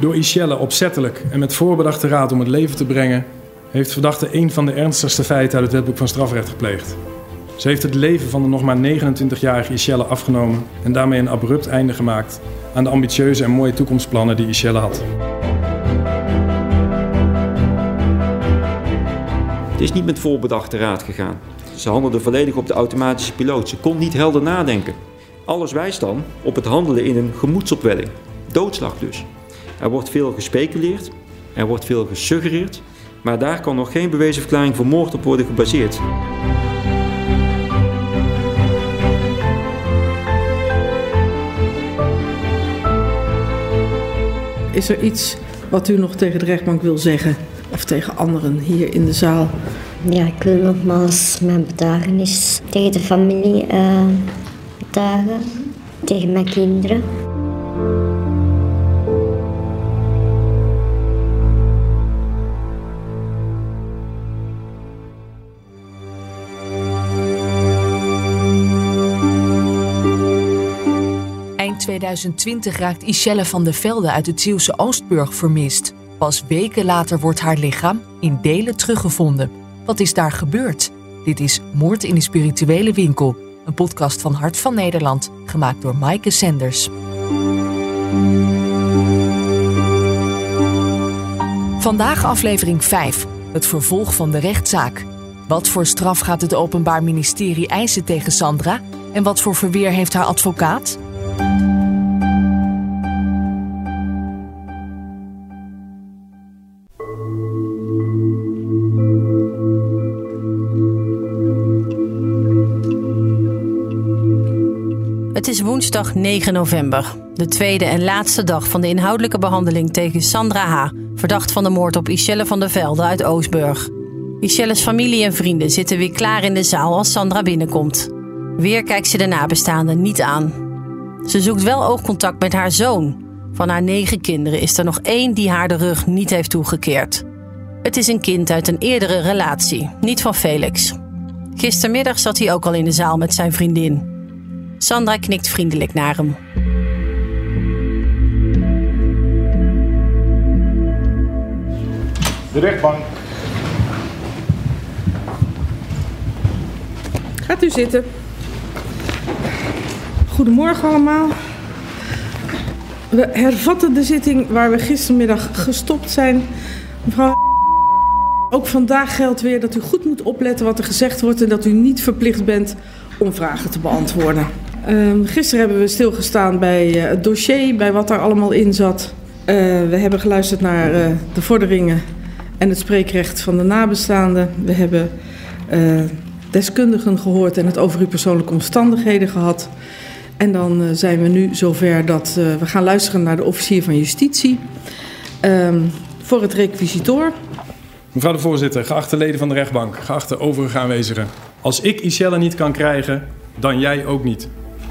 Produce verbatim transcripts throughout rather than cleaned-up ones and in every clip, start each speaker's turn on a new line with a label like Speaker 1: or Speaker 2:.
Speaker 1: Door Isjelle opzettelijk en met voorbedachte raad om het leven te brengen, heeft verdachte een van de ernstigste feiten uit het wetboek van strafrecht gepleegd. Ze heeft het leven van de nog maar negenentwintigjarige Isjelle afgenomen en daarmee een abrupt einde gemaakt aan de ambitieuze en mooie toekomstplannen die Isjelle had.
Speaker 2: Het is niet met voorbedachte raad gegaan. Ze handelde volledig op de automatische piloot. Ze kon niet helder nadenken. Alles wijst dan op het handelen in een gemoedsopwelling. Doodslag dus. Er wordt veel gespeculeerd, er wordt veel gesuggereerd, maar daar kan nog geen bewezen verklaring voor moord op worden gebaseerd.
Speaker 3: Is er iets wat u nog tegen de rechtbank wil zeggen? Of tegen anderen hier in de zaal?
Speaker 4: Ja, ik wil nogmaals mijn betuigenis tegen de familie uh, betuigen. Tegen mijn kinderen.
Speaker 5: Eind tweeduizend twintig raakt Isjelle van de Velde uit het Zeeuwse Oostburg vermist. Pas weken later wordt haar lichaam in delen teruggevonden. Wat is daar gebeurd? Dit is Moord in de Spirituele Winkel. Een podcast van Hart van Nederland, gemaakt door Maaike Senders. Vandaag aflevering vijf, het vervolg van de rechtszaak. Wat voor straf gaat het Openbaar Ministerie eisen tegen Sandra? En wat voor verweer heeft haar advocaat?
Speaker 6: Het is woensdag negen november, de tweede en laatste dag van de inhoudelijke behandeling tegen Sandra H., verdacht van de moord op Isjelle van der Velde uit Oostburg. Isjelle's familie en vrienden zitten weer klaar in de zaal als Sandra binnenkomt. Weer kijkt ze de nabestaanden niet aan. Ze zoekt wel oogcontact met haar zoon. Van haar negen kinderen is er nog één die haar de rug niet heeft toegekeerd. Het is een kind uit een eerdere relatie, niet van Felix. Gistermiddag zat hij ook al in de zaal met zijn vriendin. Sandra knikt vriendelijk naar hem.
Speaker 7: De rechtbank.
Speaker 3: Gaat u zitten. Goedemorgen allemaal. We hervatten de zitting waar we gistermiddag gestopt zijn. Mevrouw, ook vandaag geldt weer dat u goed moet opletten wat er gezegd wordt en dat u niet verplicht bent om vragen te beantwoorden. Uh, gisteren hebben we stilgestaan bij uh, het dossier, bij wat daar allemaal in zat. Uh, we hebben geluisterd naar uh, de vorderingen en het spreekrecht van de nabestaanden. We hebben uh, deskundigen gehoord en het over uw persoonlijke omstandigheden gehad. En dan uh, zijn we nu zover dat uh, we gaan luisteren naar de officier van justitie uh, voor het requisitoor.
Speaker 1: Mevrouw de voorzitter, geachte leden van de rechtbank, geachte overige aanwezigen. Als ik Isjelle niet kan krijgen, dan jij ook niet.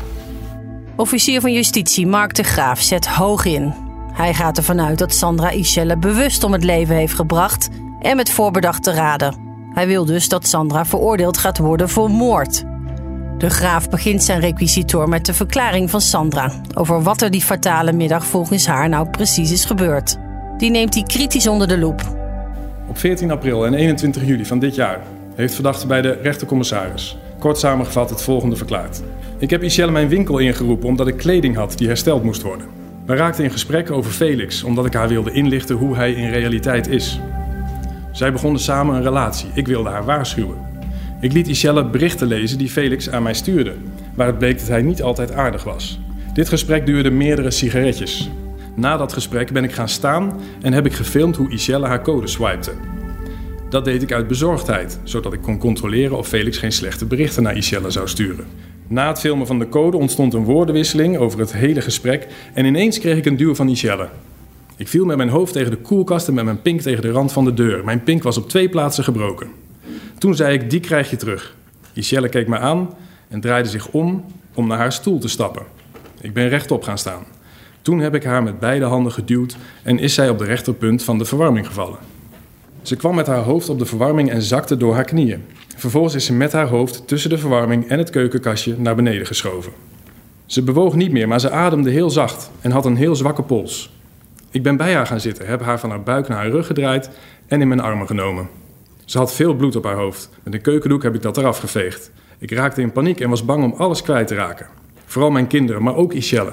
Speaker 6: Officier van justitie Mark de Graaf zet hoog in. Hij gaat ervan uit dat Sandra Isjelle bewust om het leven heeft gebracht en met voorbedachte raden. Hij wil dus dat Sandra veroordeeld gaat worden voor moord. De Graaf begint zijn requisitoor met de verklaring van Sandra over wat er die fatale middag volgens haar nou precies is gebeurd. Die neemt hij kritisch onder de loep.
Speaker 1: Op veertien april en eenentwintig juli van dit jaar heeft verdachte bij de rechtercommissaris kort samengevat het volgende verklaard. Ik heb Isjelle mijn winkel ingeroepen omdat ik kleding had die hersteld moest worden. We raakten in gesprek over Felix omdat ik haar wilde inlichten hoe hij in realiteit is. Zij begonnen samen een relatie. Ik wilde haar waarschuwen. Ik liet Isjelle berichten lezen die Felix aan mij stuurde, waar het bleek dat hij niet altijd aardig was. Dit gesprek duurde meerdere sigaretjes. Na dat gesprek ben ik gaan staan en heb ik gefilmd hoe Isjelle haar code swipte. Dat deed ik uit bezorgdheid, zodat ik kon controleren of Felix geen slechte berichten naar Isjelle zou sturen. Na het filmen van de code ontstond een woordenwisseling over het hele gesprek en ineens kreeg ik een duw van Isjelle. Ik viel met mijn hoofd tegen de koelkast en met mijn pink tegen de rand van de deur. Mijn pink was op twee plaatsen gebroken. Toen zei ik, die krijg je terug. Isjelle keek me aan en draaide zich om om naar haar stoel te stappen. Ik ben rechtop gaan staan. Toen heb ik haar met beide handen geduwd en is zij op de rechterpunt van de verwarming gevallen. Ze kwam met haar hoofd op de verwarming en zakte door haar knieën. Vervolgens is ze met haar hoofd tussen de verwarming en het keukenkastje naar beneden geschoven. Ze bewoog niet meer, maar ze ademde heel zacht en had een heel zwakke pols. Ik ben bij haar gaan zitten, heb haar van haar buik naar haar rug gedraaid en in mijn armen genomen. Ze had veel bloed op haar hoofd. Met een keukendoek heb ik dat eraf geveegd. Ik raakte in paniek en was bang om alles kwijt te raken. Vooral mijn kinderen, maar ook Ichelle.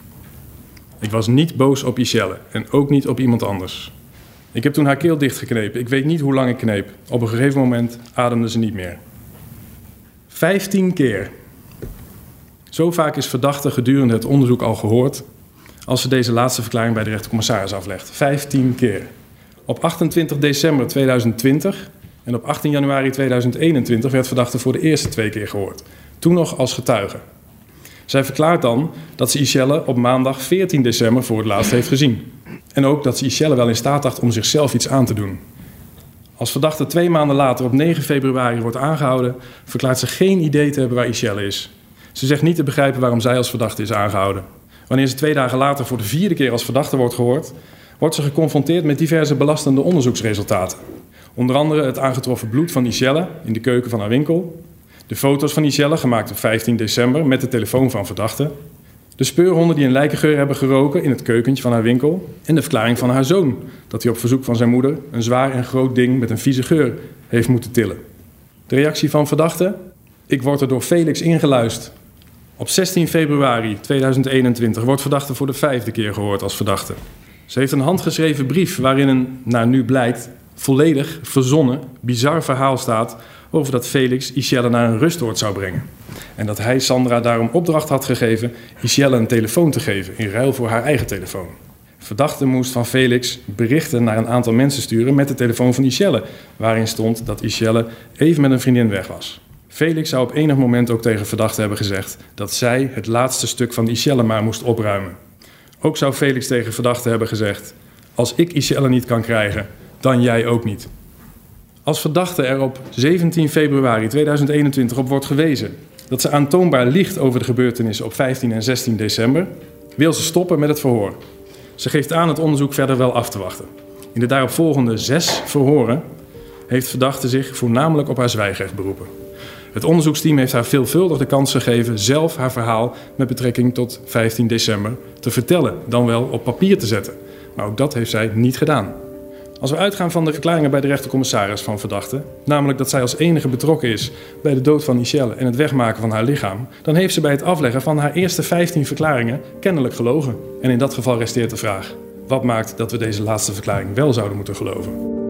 Speaker 1: Ik was niet boos op Ichelle en ook niet op iemand anders. Ik heb toen haar keel dichtgeknepen. Ik weet niet hoe lang ik kneep. Op een gegeven moment ademde ze niet meer. Vijftien keer. Zo vaak is verdachte gedurende het onderzoek al gehoord als ze deze laatste verklaring bij de rechtercommissaris aflegt. Vijftien keer. Op achtentwintig december tweeduizend twintig en op achttien januari tweeduizend eenentwintig werd verdachte voor de eerste twee keer gehoord. Toen nog als getuige. Zij verklaart dan dat ze Ichelle op maandag veertien december voor het laatst heeft gezien. En ook dat ze Ichelle wel in staat acht om zichzelf iets aan te doen. Als verdachte twee maanden later op negen februari wordt aangehouden, verklaart ze geen idee te hebben waar Ichelle is. Ze zegt niet te begrijpen waarom zij als verdachte is aangehouden. Wanneer ze twee dagen later voor de vierde keer als verdachte wordt gehoord, wordt ze geconfronteerd met diverse belastende onderzoeksresultaten. Onder andere het aangetroffen bloed van Ichelle in de keuken van haar winkel, de foto's van Ichelle gemaakt op vijftien december met de telefoon van verdachte, de speurhonden die een lijkengeur hebben geroken in het keukentje van haar winkel en de verklaring van haar zoon dat hij op verzoek van zijn moeder een zwaar en groot ding met een vieze geur heeft moeten tillen. De reactie van verdachte? Ik word er door Felix ingeluisterd. Op zestien februari tweeduizend eenentwintig wordt verdachte voor de vijfde keer gehoord als verdachte. Ze heeft een handgeschreven brief waarin een, naar nu blijkt, volledig verzonnen, bizar verhaal staat over dat Felix Ichelle naar een rustoord zou brengen. En dat hij Sandra daarom opdracht had gegeven Ichelle een telefoon te geven in ruil voor haar eigen telefoon. Verdachte moest van Felix berichten naar een aantal mensen sturen met de telefoon van Ichelle, waarin stond dat Ichelle even met een vriendin weg was. Felix zou op enig moment ook tegen verdachte hebben gezegd dat zij het laatste stuk van Ichelle maar moest opruimen. Ook zou Felix tegen verdachte hebben gezegd: als ik Ichelle niet kan krijgen, dan jij ook niet. Als verdachte er op zeventien februari tweeduizend eenentwintig op wordt gewezen dat ze aantoonbaar liegt over de gebeurtenissen op vijftien en zestien december, wil ze stoppen met het verhoor. Ze geeft aan het onderzoek verder wel af te wachten. In de daaropvolgende zes verhoren heeft verdachte zich voornamelijk op haar zwijgrecht beroepen. Het onderzoeksteam heeft haar veelvuldig de kans gegeven zelf haar verhaal met betrekking tot vijftien december te vertellen, dan wel op papier te zetten. Maar ook dat heeft zij niet gedaan. Als we uitgaan van de verklaringen bij de rechtercommissaris van verdachte, namelijk dat zij als enige betrokken is bij de dood van Ichelle en het wegmaken van haar lichaam, dan heeft ze bij het afleggen van haar eerste vijftien verklaringen kennelijk gelogen. En in dat geval resteert de vraag: wat maakt dat we deze laatste verklaring wel zouden moeten geloven?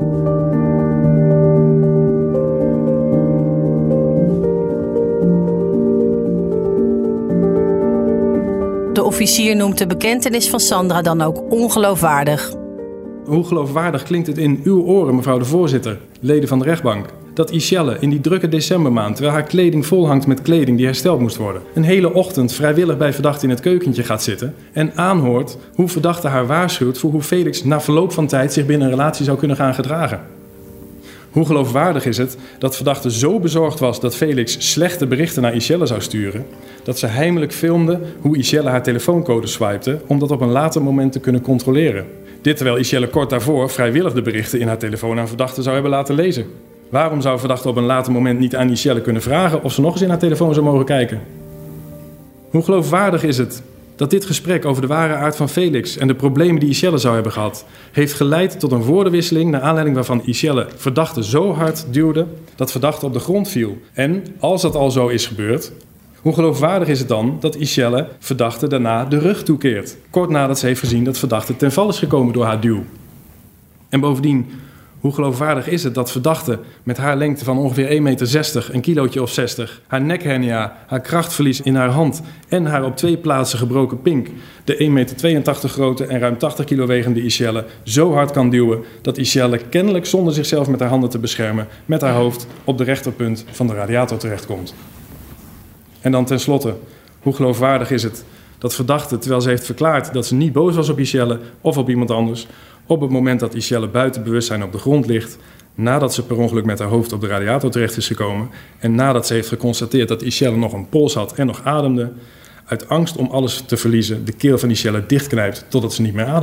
Speaker 6: De officier noemt de bekentenis van Sandra dan ook ongeloofwaardig.
Speaker 1: Hoe geloofwaardig klinkt het in uw oren, mevrouw de voorzitter, leden van de rechtbank, dat Ichelle in die drukke decembermaand, terwijl haar kleding volhangt met kleding die hersteld moest worden, een hele ochtend vrijwillig bij verdachte in het keukentje gaat zitten en aanhoort hoe verdachte haar waarschuwt voor hoe Felix na verloop van tijd zich binnen een relatie zou kunnen gaan gedragen? Hoe geloofwaardig is het dat verdachte zo bezorgd was dat Felix slechte berichten naar Ichelle zou sturen, dat ze heimelijk filmde hoe Ichelle haar telefooncode swipte om dat op een later moment te kunnen controleren? Dit terwijl Ichelle kort daarvoor vrijwillig de berichten in haar telefoon aan verdachte zou hebben laten lezen. Waarom zou verdachte op een later moment niet aan Ichelle kunnen vragen of ze nog eens in haar telefoon zou mogen kijken? Hoe geloofwaardig is het dat dit gesprek over de ware aard van Felix en de problemen die Ichelle zou hebben gehad, heeft geleid tot een woordenwisseling naar aanleiding waarvan Ichelle verdachte zo hard duwde dat verdachte op de grond viel? En, als dat al zo is gebeurd, hoe geloofwaardig is het dan dat Ichelle verdachte daarna de rug toekeert, kort nadat ze heeft gezien dat verdachte ten val is gekomen door haar duw? En bovendien, hoe geloofwaardig is het dat verdachte met haar lengte van ongeveer één meter zestig, een kilootje of zestig, haar nekhernia, haar krachtverlies in haar hand en haar op twee plaatsen gebroken pink, de één meter tweeëntachtig grote en ruim tachtig kilo wegende Ichelle zo hard kan duwen dat Ichelle kennelijk zonder zichzelf met haar handen te beschermen met haar hoofd op de rechterpunt van de radiator terechtkomt? En dan tenslotte, hoe geloofwaardig is het dat verdachte, terwijl ze heeft verklaard dat ze niet boos was op Ichelle of op iemand anders, op het moment dat Ichelle buiten bewustzijn op de grond ligt, nadat ze per ongeluk met haar hoofd op de radiator terecht is gekomen en nadat ze heeft geconstateerd dat Ichelle nog een pols had en nog ademde, uit angst om alles te verliezen de keel van Ichelle dichtknijpt totdat ze niet meer ademt?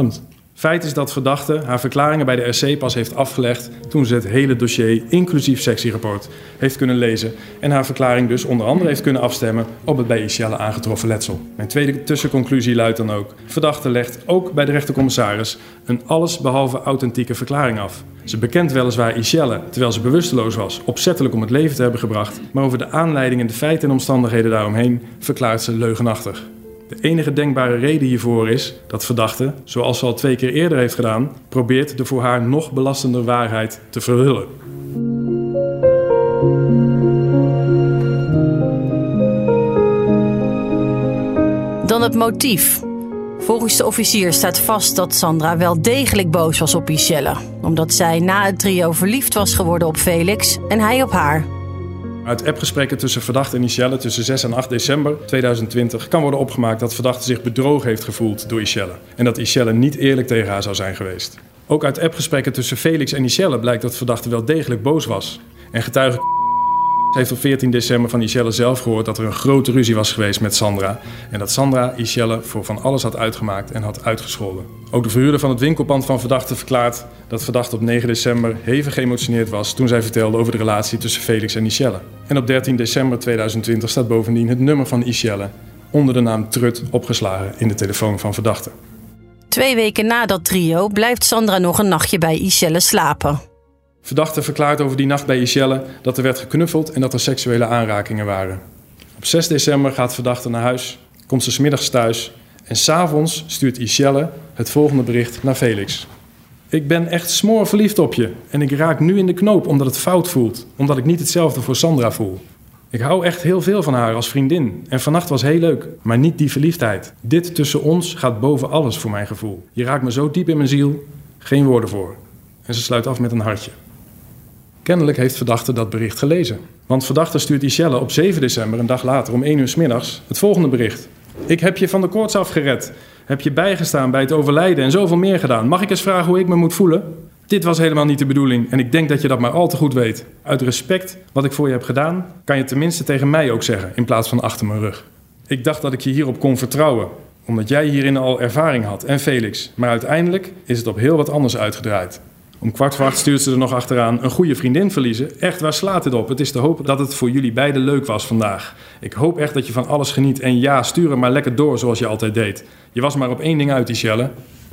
Speaker 1: Feit is dat verdachte haar verklaringen bij de R C pas heeft afgelegd toen ze het hele dossier, inclusief sectierapport, heeft kunnen lezen en haar verklaring dus onder andere heeft kunnen afstemmen op het bij Ishelle aangetroffen letsel. Mijn tweede tussenconclusie luidt dan ook: verdachte legt ook bij de rechtercommissaris een allesbehalve authentieke verklaring af. Ze bekent weliswaar Ishelle, terwijl ze bewusteloos was, opzettelijk om het leven te hebben gebracht, maar over de aanleiding en de feiten en omstandigheden daaromheen verklaart ze leugenachtig. De enige denkbare reden hiervoor is dat verdachte, zoals ze al twee keer eerder heeft gedaan, probeert de voor haar nog belastender waarheid te verhullen.
Speaker 6: Dan het motief. Volgens de officier staat vast dat Sandra wel degelijk boos was op Ishelle, omdat zij na het trio verliefd was geworden op Felix en hij op haar.
Speaker 1: Uit appgesprekken tussen verdachte en Ishelle tussen zes en acht december tweeduizend twintig kan worden opgemaakt dat verdachte zich bedrogen heeft gevoeld door Ishelle en dat Ishelle niet eerlijk tegen haar zou zijn geweest. Ook uit appgesprekken tussen Felix en Ishelle blijkt dat verdachte wel degelijk boos was. En getuige heeft op veertien december van Ishelle zelf gehoord dat er een grote ruzie was geweest met Sandra en dat Sandra Ishelle voor van alles had uitgemaakt en had uitgescholden. Ook de verhuurder van het winkelpand van verdachte verklaart dat verdachte op negen december hevig geëmotioneerd was toen zij vertelde over de relatie tussen Felix en Ishelle. En op dertien december tweeduizend twintig staat bovendien het nummer van Ishelle onder de naam Trut opgeslagen in de telefoon van verdachte.
Speaker 6: Twee weken na dat trio blijft Sandra nog een nachtje bij Ishelle slapen.
Speaker 1: Verdachte verklaart over die nacht bij Ishelle dat er werd geknuffeld en dat er seksuele aanrakingen waren. Op zes december gaat verdachte naar huis, komt ze 's middags thuis en 's avonds stuurt Ishelle het volgende bericht naar Felix. Ik ben echt smoorverliefd op je en ik raak nu in de knoop omdat het fout voelt, omdat ik niet hetzelfde voor Sandra voel. Ik hou echt heel veel van haar als vriendin en vannacht was heel leuk, maar niet die verliefdheid. Dit tussen ons gaat boven alles voor mijn gevoel. Je raakt me zo diep in mijn ziel, geen woorden voor. En ze sluit af met een hartje. Kennelijk heeft verdachte dat bericht gelezen. Want verdachte stuurt Ishelle op zeven december, een dag later, om één uur 's middags, het volgende bericht. Ik heb je van de koorts afgered. Heb je bijgestaan bij het overlijden en zoveel meer gedaan. Mag ik eens vragen hoe ik me moet voelen? Dit was helemaal niet de bedoeling en ik denk dat je dat maar al te goed weet. Uit respect wat ik voor je heb gedaan, kan je tenminste tegen mij ook zeggen, in plaats van achter mijn rug. Ik dacht dat ik je hierop kon vertrouwen, omdat jij hierin al ervaring had en Felix. Maar uiteindelijk is het op heel wat anders uitgedraaid. Om kwart voor acht stuurt ze er nog achteraan: een goede vriendin verliezen. Echt, waar slaat dit op? Het is te hopen dat het voor jullie beiden leuk was vandaag. Ik hoop echt dat je van alles geniet. En ja, stuur hem maar lekker door zoals je altijd deed. Je was maar op één ding uit, Ishelle.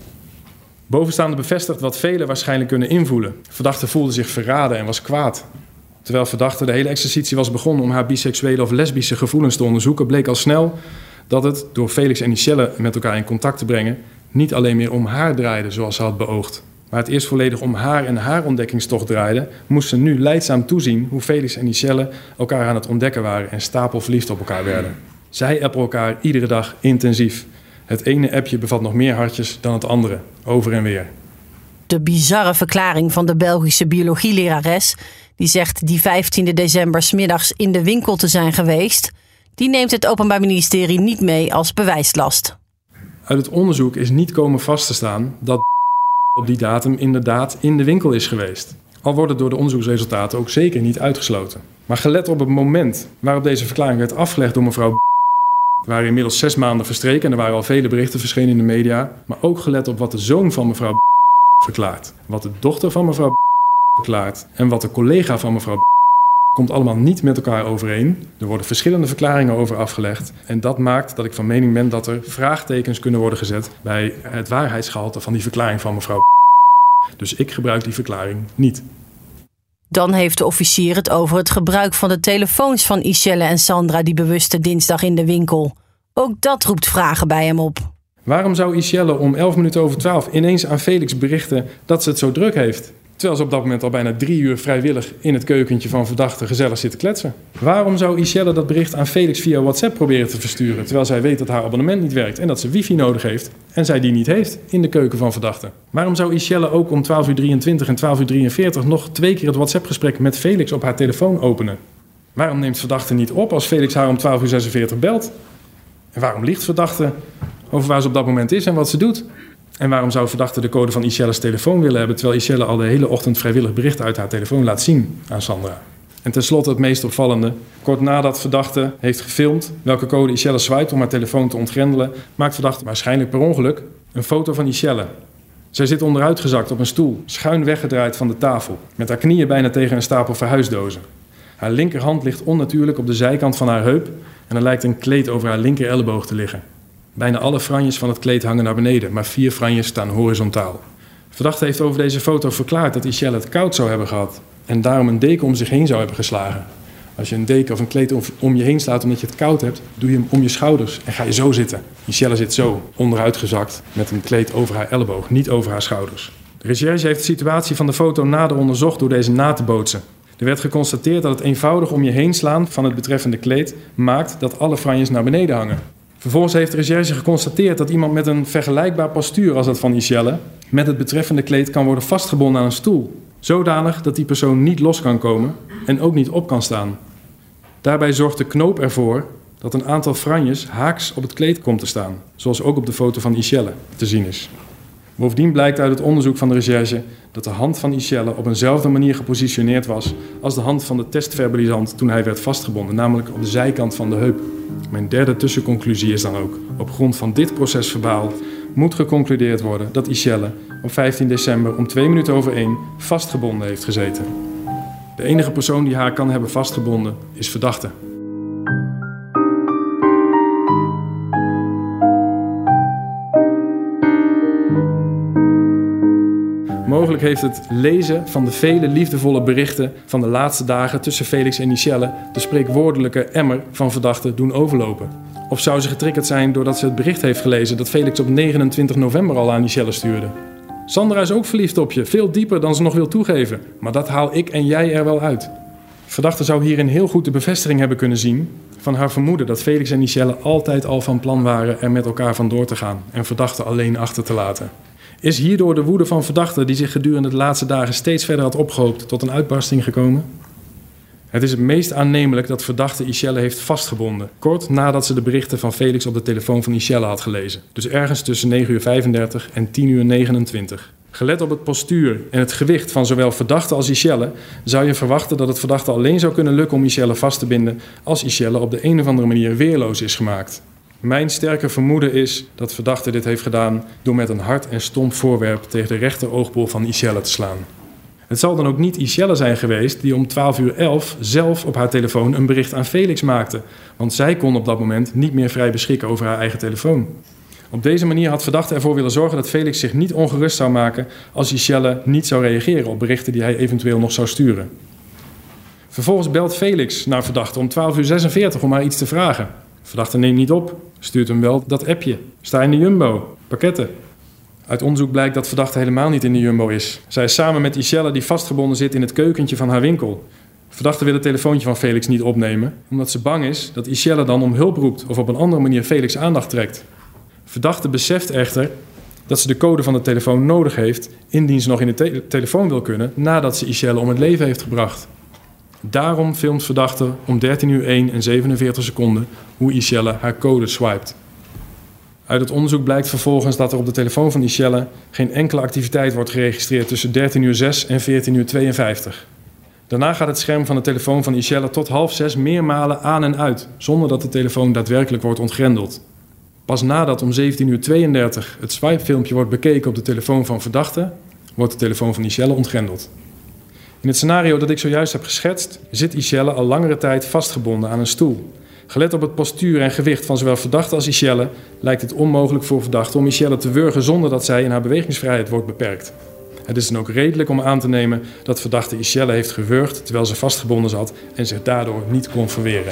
Speaker 1: Bovenstaande bevestigt wat velen waarschijnlijk kunnen invoelen. Verdachte voelde zich verraden en was kwaad. Terwijl verdachte de hele exercitie was begonnen om haar biseksuele of lesbische gevoelens te onderzoeken, bleek al snel dat het, door Felix en Ishelle met elkaar in contact te brengen, niet alleen meer om haar draaide zoals ze had beoogd. Waar het eerst volledig om haar en haar ontdekkingstocht draaide, moest ze nu lijdzaam toezien hoe Felix en Ishelle elkaar aan het ontdekken waren en stapelverliefd op elkaar werden. Zij appen elkaar iedere dag intensief. Het ene appje bevat nog meer hartjes dan het andere, over en weer.
Speaker 6: De bizarre verklaring van de Belgische biologielerares, die zegt die vijftiende december 's middags in de winkel te zijn geweest, die neemt het Openbaar Ministerie niet mee als bewijslast.
Speaker 1: Uit het onderzoek is niet komen vast te staan dat op die datum inderdaad in de winkel is geweest. Al worden door de onderzoeksresultaten ook zeker niet uitgesloten. Maar gelet op het moment waarop deze verklaring werd afgelegd door mevrouw er waren inmiddels zes maanden verstreken en er waren al vele berichten verschenen in de media. Maar ook gelet op wat de zoon van mevrouw verklaart, wat de dochter van mevrouw verklaart en wat de collega van mevrouw komt allemaal niet met elkaar overeen. Er worden verschillende verklaringen over afgelegd. En dat maakt dat ik van mening ben dat er vraagtekens kunnen worden gezet bij het waarheidsgehalte van die verklaring van mevrouw. Dus ik gebruik die verklaring niet.
Speaker 6: Dan heeft de officier het over het gebruik van de telefoons van Ishelle en Sandra die bewuste dinsdag in de winkel. Ook dat roept vragen bij hem op.
Speaker 1: Waarom zou Ishelle om elf minuten over twaalf ineens aan Felix berichten dat ze het zo druk heeft? Terwijl ze op dat moment al bijna drie uur vrijwillig in het keukentje van verdachte gezellig zit te kletsen. Waarom zou Ishelle dat bericht aan Felix via WhatsApp proberen te versturen, terwijl zij weet dat haar abonnement niet werkt en dat ze wifi nodig heeft en zij die niet heeft in de keuken van verdachte? Waarom zou Ishelle ook om twaalf uur drieëntwintig en twaalf uur drieënveertig nog twee keer het WhatsApp-gesprek met Felix op haar telefoon openen? Waarom neemt verdachte niet op als Felix haar om twaalf uur zesenveertig belt? En waarom liegt verdachte over waar ze op dat moment is en wat ze doet? En waarom zou verdachte de code van Ishelle's telefoon willen hebben, terwijl Ishelle al de hele ochtend vrijwillig berichten uit haar telefoon laat zien aan Sandra? En tenslotte het meest opvallende. Kort nadat verdachte heeft gefilmd welke code Ishelle swipe om haar telefoon te ontgrendelen, maakt verdachte waarschijnlijk per ongeluk een foto van Ishelle. Zij zit onderuitgezakt op een stoel, schuin weggedraaid van de tafel, met haar knieën bijna tegen een stapel verhuisdozen. Haar linkerhand ligt onnatuurlijk op de zijkant van haar heup en er lijkt een kleed over haar linker elleboog te liggen. Bijna alle franjes van het kleed hangen naar beneden, maar vier franjes staan horizontaal. Verdachte heeft over deze foto verklaard dat Ishelle het koud zou hebben gehad en daarom een deken om zich heen zou hebben geslagen. Als je een deken of een kleed om je heen slaat omdat je het koud hebt, doe je hem om je schouders en ga je zo zitten. Ishelle zit zo, onderuitgezakt, met een kleed over haar elleboog, niet over haar schouders. De recherche heeft de situatie van de foto nader onderzocht door deze na te bootsen. Er werd geconstateerd dat het eenvoudig om je heen slaan van het betreffende kleed maakt dat alle franjes naar beneden hangen. Vervolgens heeft de recherche geconstateerd dat iemand met een vergelijkbaar postuur als dat van Ishelle met het betreffende kleed kan worden vastgebonden aan een stoel. Zodanig dat die persoon niet los kan komen en ook niet op kan staan. Daarbij zorgt de knoop ervoor dat een aantal franjes haaks op het kleed komt te staan, zoals ook op de foto van Ishelle te zien is. Bovendien blijkt uit het onderzoek van de recherche dat de hand van Ishelle op eenzelfde manier gepositioneerd was als de hand van de testverbalisant toen hij werd vastgebonden, namelijk op de zijkant van de heup. Mijn derde tussenconclusie is dan ook: op grond van dit procesverbaal moet geconcludeerd worden dat Ishelle op vijftien december om twee minuten over één vastgebonden heeft gezeten. De enige persoon die haar kan hebben vastgebonden is verdachte. Mogelijk heeft het lezen van de vele liefdevolle berichten van de laatste dagen tussen Felix en Ishelle de spreekwoordelijke emmer van verdachten doen overlopen. Of zou ze getriggerd zijn doordat ze het bericht heeft gelezen dat Felix op negenentwintig november al aan Ishelle stuurde. Sandra is ook verliefd op je, veel dieper dan ze nog wil toegeven, maar dat haal ik en jij er wel uit. Verdachte zou hierin heel goed de bevestiging hebben kunnen zien van haar vermoeden dat Felix en Ishelle altijd al van plan waren er met elkaar vandoor te gaan en verdachte alleen achter te laten. Is hierdoor de woede van verdachte die zich gedurende de laatste dagen steeds verder had opgehoopt tot een uitbarsting gekomen? Het is het meest aannemelijk dat verdachte Ishelle heeft vastgebonden, kort nadat ze de berichten van Felix op de telefoon van Ishelle had gelezen. Dus ergens tussen negen uur vijfendertig en tien uur negenentwintig. Gelet op het postuur en het gewicht van zowel verdachte als Ishelle zou je verwachten dat het verdachte alleen zou kunnen lukken om Ishelle vast te binden als Ishelle op de een of andere manier weerloos is gemaakt. Mijn sterke vermoeden is dat verdachte dit heeft gedaan door met een hard en stomp voorwerp tegen de rechter oogbol van Ishelle te slaan. Het zal dan ook niet Ishelle zijn geweest die om twaalf uur elf zelf op haar telefoon een bericht aan Felix maakte, want zij kon op dat moment niet meer vrij beschikken over haar eigen telefoon. Op deze manier had verdachte ervoor willen zorgen dat Felix zich niet ongerust zou maken als Ishelle niet zou reageren op berichten die hij eventueel nog zou sturen. Vervolgens belt Felix naar verdachte om twaalf uur zesenveertig om haar iets te vragen. Verdachte neemt niet op, stuurt hem wel dat appje. Sta in de Jumbo, pakketten. Uit onderzoek blijkt dat verdachte helemaal niet in de Jumbo is. Zij is samen met Ishelle die vastgebonden zit in het keukentje van haar winkel. Verdachte wil het telefoontje van Felix niet opnemen, omdat ze bang is dat Ishelle dan om hulp roept of op een andere manier Felix aandacht trekt. Verdachte beseft echter dat ze de code van de telefoon nodig heeft indien ze nog in de te- telefoon wil kunnen nadat ze Ishelle om het leven heeft gebracht. Daarom filmt verdachte om dertien uur één en zevenenveertig seconden hoe Ishelle haar code swipet. Uit het onderzoek blijkt vervolgens dat er op de telefoon van Ishelle geen enkele activiteit wordt geregistreerd tussen dertien uur zes en veertien uur tweeënvijftig. Daarna gaat het scherm van de telefoon van Ishelle tot half zes meermalen aan en uit, zonder dat de telefoon daadwerkelijk wordt ontgrendeld. Pas nadat om zeventien uur tweeëndertig het swipefilmpje wordt bekeken op de telefoon van verdachte, wordt de telefoon van Ishelle ontgrendeld. In het scenario dat ik zojuist heb geschetst, zit Ishelle al langere tijd vastgebonden aan een stoel. Gelet op het postuur en gewicht van zowel verdachte als Ishelle lijkt het onmogelijk voor verdachte om Ishelle te wurgen zonder dat zij in haar bewegingsvrijheid wordt beperkt. Het is dan ook redelijk om aan te nemen dat verdachte Ishelle heeft gewurgd terwijl ze vastgebonden zat en zich daardoor niet kon verweren.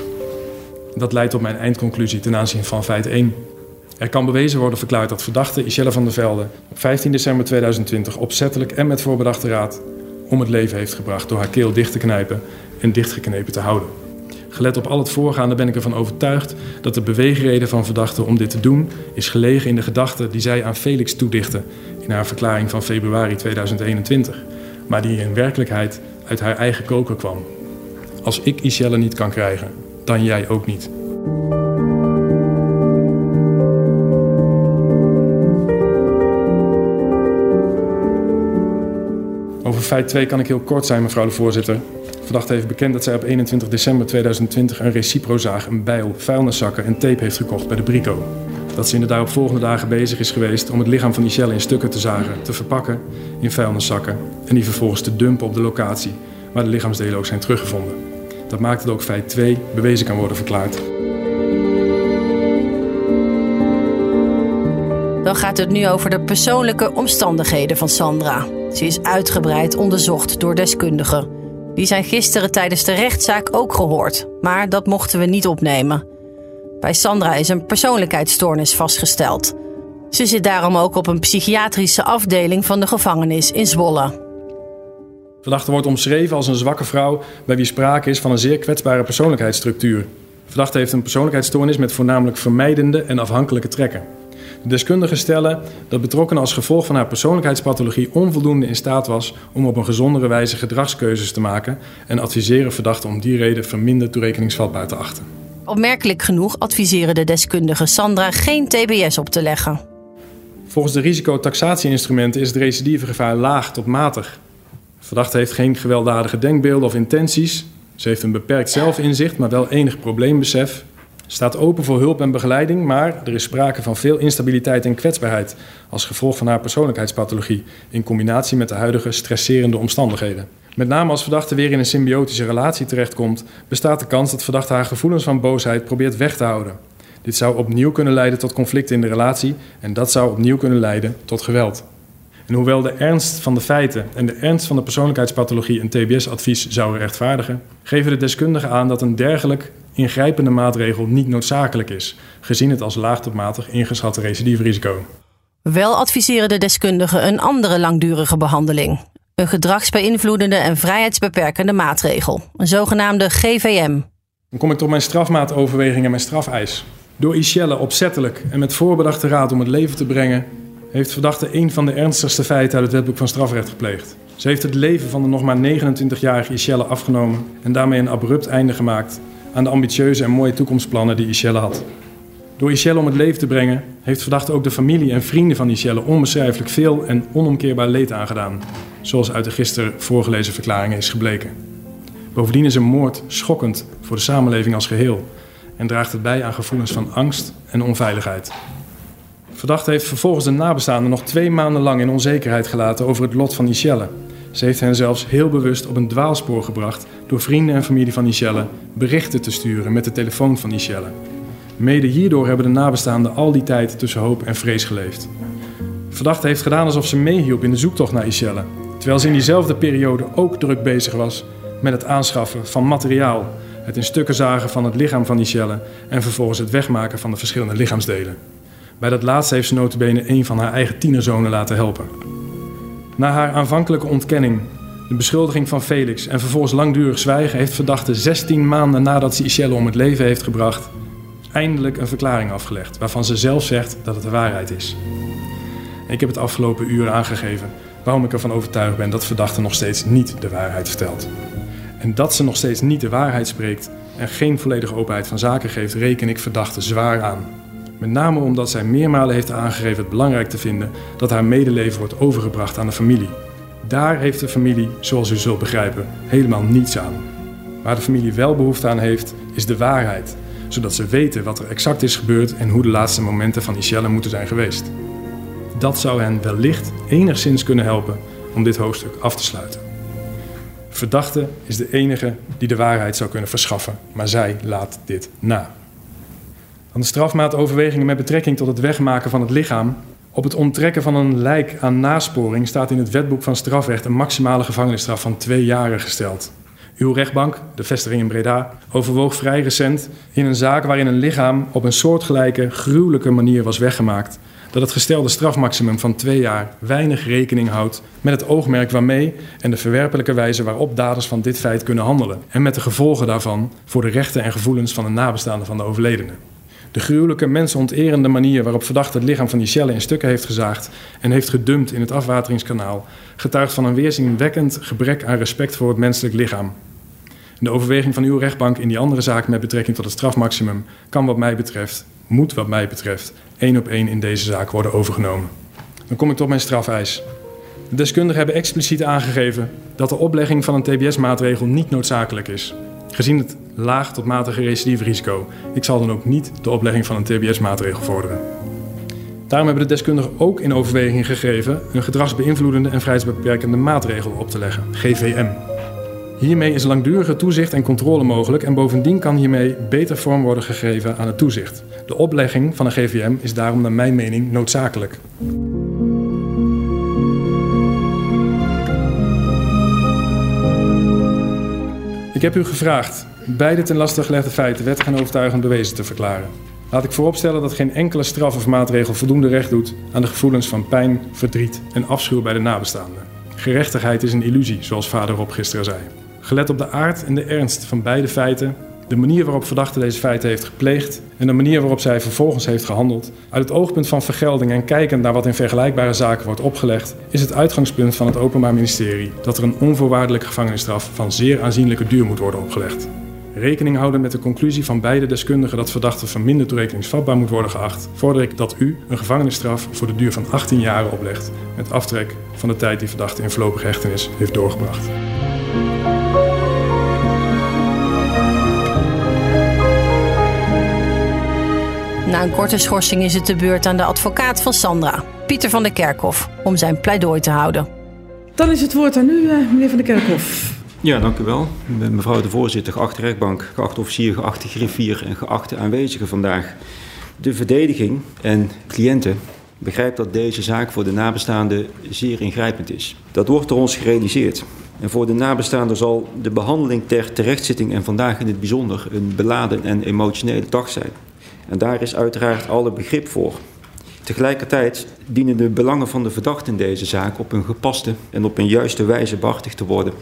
Speaker 1: Dat leidt tot mijn eindconclusie ten aanzien van feit één. Er kan bewezen worden verklaard dat verdachte Ishelle van der Velde op vijftien december tweeduizend twintig opzettelijk en met voorbedachte raad om het leven heeft gebracht door haar keel dicht te knijpen en dichtgeknepen te houden. Gelet op al het voorgaande ben ik ervan overtuigd dat de beweegreden van verdachte om dit te doen is gelegen in de gedachte die zij aan Felix toedichtte in haar verklaring van februari tweeduizend eenentwintig, maar die in werkelijkheid uit haar eigen koker kwam. Als ik Ishelle niet kan krijgen, dan jij ook niet. Over feit twee kan ik heel kort zijn, mevrouw de voorzitter. Verdachte heeft bekend dat zij op eenentwintig december tweeduizend twintig een reciprozaag, een bijl, vuilniszakken en tape heeft gekocht bij de Brico. dat ze in de daaropvolgende dagen bezig is geweest om het lichaam van Ishelle in stukken te zagen, te verpakken in vuilniszakken en die vervolgens te dumpen op de locatie waar de lichaamsdelen ook zijn teruggevonden. Dat maakt dat ook feit twee bewezen kan worden verklaard.
Speaker 6: Dan gaat het nu over de persoonlijke omstandigheden van Sandra. Ze is uitgebreid onderzocht door deskundigen. Die zijn gisteren tijdens de rechtszaak ook gehoord, maar dat mochten we niet opnemen. Bij Sandra is een persoonlijkheidsstoornis vastgesteld. Ze zit daarom ook op een psychiatrische afdeling van de gevangenis in Zwolle.
Speaker 1: Verdachte wordt omschreven als een zwakke vrouw bij wie sprake is van een zeer kwetsbare persoonlijkheidsstructuur. Verdachte heeft een persoonlijkheidsstoornis met voornamelijk vermijdende en afhankelijke trekken. De deskundigen stellen dat betrokkenen als gevolg van haar persoonlijkheidspathologie onvoldoende in staat was om op een gezondere wijze gedragskeuzes te maken en adviseren verdachten om die reden verminderd toerekeningsvatbaar te achten.
Speaker 6: Opmerkelijk genoeg adviseren de deskundigen Sandra geen T B S op te leggen.
Speaker 1: Volgens de risicotaxatie-instrumenten is het recidivegevaar laag tot matig. Verdachte heeft geen gewelddadige denkbeelden of intenties. Ze heeft een beperkt zelfinzicht, maar wel enig probleembesef. Staat open voor hulp en begeleiding, maar er is sprake van veel instabiliteit en kwetsbaarheid als gevolg van haar persoonlijkheidspathologie in combinatie met de huidige stresserende omstandigheden. Met name als verdachte weer in een symbiotische relatie terechtkomt, bestaat de kans dat verdachte haar gevoelens van boosheid probeert weg te houden. Dit zou opnieuw kunnen leiden tot conflicten in de relatie en dat zou opnieuw kunnen leiden tot geweld. En hoewel de ernst van de feiten en de ernst van de persoonlijkheidspathologie een T B S-advies zouden rechtvaardigen, geven de deskundigen aan dat een dergelijk ingrijpende maatregel niet noodzakelijk is, gezien het als laag tot matig ingeschatte recidiverisico.
Speaker 6: Wel adviseren de deskundigen een andere langdurige behandeling. Een gedragsbeïnvloedende en vrijheidsbeperkende maatregel, een zogenaamde G V M.
Speaker 1: Dan kom ik tot mijn strafmaatoverweging en mijn strafeis. Door Ishelle opzettelijk en met voorbedachte raad om het leven te brengen, heeft verdachte een van de ernstigste feiten uit het wetboek van strafrecht gepleegd. Ze heeft het leven van de nog maar negenentwintigjarige Ishelle afgenomen en daarmee een abrupt einde gemaakt aan de ambitieuze en mooie toekomstplannen die Ishelle had. Door Ishelle om het leven te brengen, heeft verdachte ook de familie en vrienden van Ishelle onbeschrijfelijk veel en onomkeerbaar leed aangedaan, zoals uit de gisteren voorgelezen verklaringen is gebleken. Bovendien is een moord schokkend voor de samenleving als geheel en draagt het bij aan gevoelens van angst en onveiligheid. Verdachte heeft vervolgens de nabestaanden nog twee maanden lang in onzekerheid gelaten over het lot van Ishelle. Ze heeft hen zelfs heel bewust op een dwaalspoor gebracht door vrienden en familie van Ishelle berichten te sturen met de telefoon van Ishelle. Mede hierdoor hebben de nabestaanden al die tijd tussen hoop en vrees geleefd. Verdachte heeft gedaan alsof ze meehielp in de zoektocht naar Ishelle, terwijl ze in diezelfde periode ook druk bezig was met het aanschaffen van materiaal, het in stukken zagen van het lichaam van Ishelle en vervolgens het wegmaken van de verschillende lichaamsdelen. Bij dat laatste heeft ze nota bene een van haar eigen tienerzonen laten helpen. Na haar aanvankelijke ontkenning, de beschuldiging van Felix en vervolgens langdurig zwijgen, heeft verdachte zestien maanden nadat ze Ishelle om het leven heeft gebracht, eindelijk een verklaring afgelegd, waarvan ze zelf zegt dat het de waarheid is. Ik heb het afgelopen uren aangegeven waarom ik ervan overtuigd ben dat verdachte nog steeds niet de waarheid vertelt. En dat ze nog steeds niet de waarheid spreekt en geen volledige openheid van zaken geeft, reken ik verdachte zwaar aan. Met name omdat zij meermalen heeft aangegeven het belangrijk te vinden dat haar medeleven wordt overgebracht aan de familie. Daar heeft de familie, zoals u zult begrijpen, helemaal niets aan. Waar de familie wel behoefte aan heeft, is de waarheid, zodat ze weten wat er exact is gebeurd en hoe de laatste momenten van Ishelle moeten zijn geweest. Dat zou hen wellicht enigszins kunnen helpen om dit hoofdstuk af te sluiten. Verdachte is de enige die de waarheid zou kunnen verschaffen, maar zij laat dit na. Dan de strafmaatoverwegingen met betrekking tot het wegmaken van het lichaam. Op het onttrekken van een lijk aan nasporing staat in het wetboek van strafrecht een maximale gevangenisstraf van twee jaren gesteld. Uw rechtbank, de vestiging in Breda, overwoog vrij recent in een zaak waarin een lichaam op een soortgelijke, gruwelijke manier was weggemaakt, dat het gestelde strafmaximum van twee jaar weinig rekening houdt met het oogmerk waarmee en de verwerpelijke wijze waarop daders van dit feit kunnen handelen en met de gevolgen daarvan voor de rechten en gevoelens van de nabestaanden van de overledene. De gruwelijke, mensenonterende manier waarop verdachte het lichaam van Ishelle in stukken heeft gezaagd en heeft gedumpt in het afwateringskanaal getuigt van een weerzinwekkend gebrek aan respect voor het menselijk lichaam. De overweging van uw rechtbank in die andere zaak met betrekking tot het strafmaximum kan wat mij betreft, moet wat mij betreft, één op één in deze zaak worden overgenomen. Dan kom ik tot mijn strafeis. De deskundigen hebben expliciet aangegeven dat de oplegging van een T B S-maatregel niet noodzakelijk is, gezien het Laag tot matige recidiverisico. Ik zal dan ook niet de oplegging van een T B S-maatregel vorderen. Daarom hebben de deskundigen ook in overweging gegeven een gedragsbeïnvloedende en vrijheidsbeperkende maatregel op te leggen, G V M. Hiermee is langdurige toezicht en controle mogelijk en bovendien kan hiermee beter vorm worden gegeven aan het toezicht. De oplegging van een G V M is daarom naar mijn mening noodzakelijk. Ik heb u gevraagd beide ten laste gelegde feiten wettig en overtuigend bewezen te verklaren. Laat ik vooropstellen dat geen enkele straf of maatregel voldoende recht doet aan de gevoelens van pijn, verdriet en afschuw bij de nabestaanden. Gerechtigheid is een illusie, zoals vader Rob gisteren zei. Gelet op de aard en de ernst van beide feiten, de manier waarop verdachte deze feiten heeft gepleegd en de manier waarop zij vervolgens heeft gehandeld, uit het oogpunt van vergelding en kijkend naar wat in vergelijkbare zaken wordt opgelegd, is het uitgangspunt van het Openbaar Ministerie dat er een onvoorwaardelijke gevangenisstraf van zeer aanzienlijke duur moet worden opgelegd. Rekening houden met de conclusie van beide deskundigen dat verdachte van minder toerekeningsvatbaar moet worden geacht, vorder ik dat u een gevangenisstraf voor de duur van achttien jaren oplegt, met aftrek van de tijd die verdachte in voorlopige hechtenis heeft doorgebracht.
Speaker 6: Na een korte schorsing is het de beurt aan de advocaat van Sandra, Pieter van der Kerkhof, om zijn pleidooi te houden.
Speaker 3: Dan is het woord aan u, meneer van der Kerkhof.
Speaker 2: Ja, dank u wel. Mevrouw de voorzitter, geachte rechtbank, geachte officier, geachte griffier en geachte aanwezigen vandaag. De verdediging en cliënten begrijpt dat deze zaak voor de nabestaanden zeer ingrijpend is. Dat wordt door ons gerealiseerd. En voor de nabestaanden zal de behandeling ter terechtzitting en vandaag in het bijzonder een beladen en emotionele dag zijn. En daar is uiteraard alle begrip voor. Tegelijkertijd dienen de belangen van de verdachte in deze zaak op een gepaste en op een juiste wijze behartigd te worden.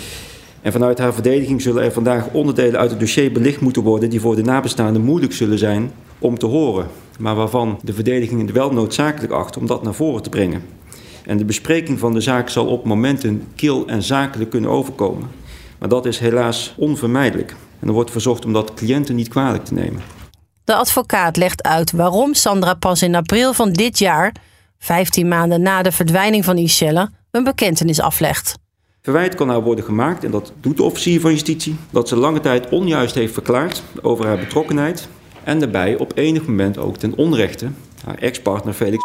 Speaker 2: En vanuit haar verdediging zullen er vandaag onderdelen uit het dossier belicht moeten worden die voor de nabestaanden moeilijk zullen zijn om te horen, maar waarvan de verdediging het wel noodzakelijk acht om dat naar voren te brengen. En de bespreking van de zaak zal op momenten kil en zakelijk kunnen overkomen. Maar dat is helaas onvermijdelijk. En er wordt verzocht om dat cliënten niet kwalijk te nemen.
Speaker 6: De advocaat legt uit waarom Sandra pas in april van dit jaar, vijftien maanden na de verdwijning van Ishelle, een bekentenis aflegt.
Speaker 2: Verwijt kan haar worden gemaakt, en dat doet de officier van justitie, dat ze lange tijd onjuist heeft verklaard over haar betrokkenheid en daarbij op enig moment ook ten onrechte haar ex-partner Felix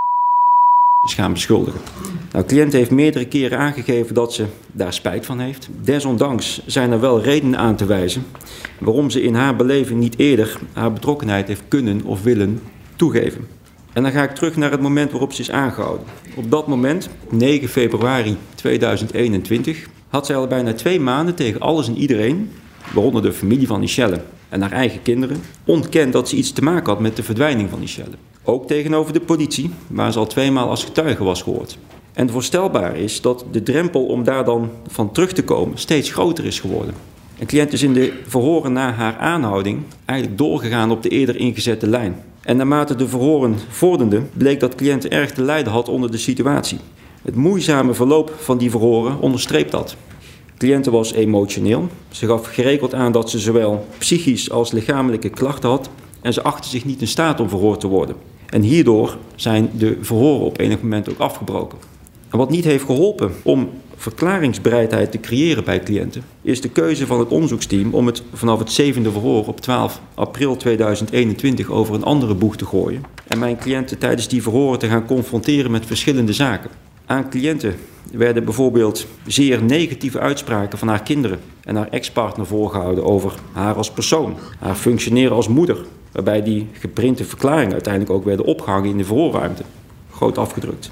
Speaker 2: is gaan beschuldigen. Nou, de cliënt heeft meerdere keren aangegeven dat ze daar spijt van heeft. Desondanks zijn er wel redenen aan te wijzen waarom ze in haar beleving niet eerder haar betrokkenheid heeft kunnen of willen toegeven. En dan ga ik terug naar het moment waarop ze is aangehouden. Op dat moment, negen februari tweeduizend eenentwintig, had zij al bijna twee maanden tegen alles en iedereen, waaronder de familie van Ishelle en haar eigen kinderen, ontkend dat ze iets te maken had met de verdwijning van Ishelle. Ook tegenover de politie, waar ze al tweemaal als getuige was gehoord. En voorstelbaar is dat de drempel om daar dan van terug te komen steeds groter is geworden. De cliënt is in de verhoren na haar aanhouding eigenlijk doorgegaan op de eerder ingezette lijn. En naarmate de verhoren vorderden, bleek dat de cliënt erg te lijden had onder de situatie. Het moeizame verloop van die verhoren onderstreept dat. De cliënt was emotioneel. Ze gaf geregeld aan dat ze zowel psychisch als lichamelijke klachten had en ze achtte zich niet in staat om verhoord te worden. En hierdoor zijn de verhoren op enig moment ook afgebroken. En wat niet heeft geholpen om verklaringsbereidheid te creëren bij cliënten, is de keuze van het onderzoeksteam om het vanaf het zevende verhoor op twaalf april tweeduizend eenentwintig over een andere boeg te gooien en mijn cliënten tijdens die verhoren te gaan confronteren met verschillende zaken. Aan cliënten werden bijvoorbeeld zeer negatieve uitspraken van haar kinderen en haar ex-partner voorgehouden over haar als persoon, haar functioneren als moeder, waarbij die geprinte verklaringen uiteindelijk ook werden opgehangen in de verhoorruimte, groot afgedrukt.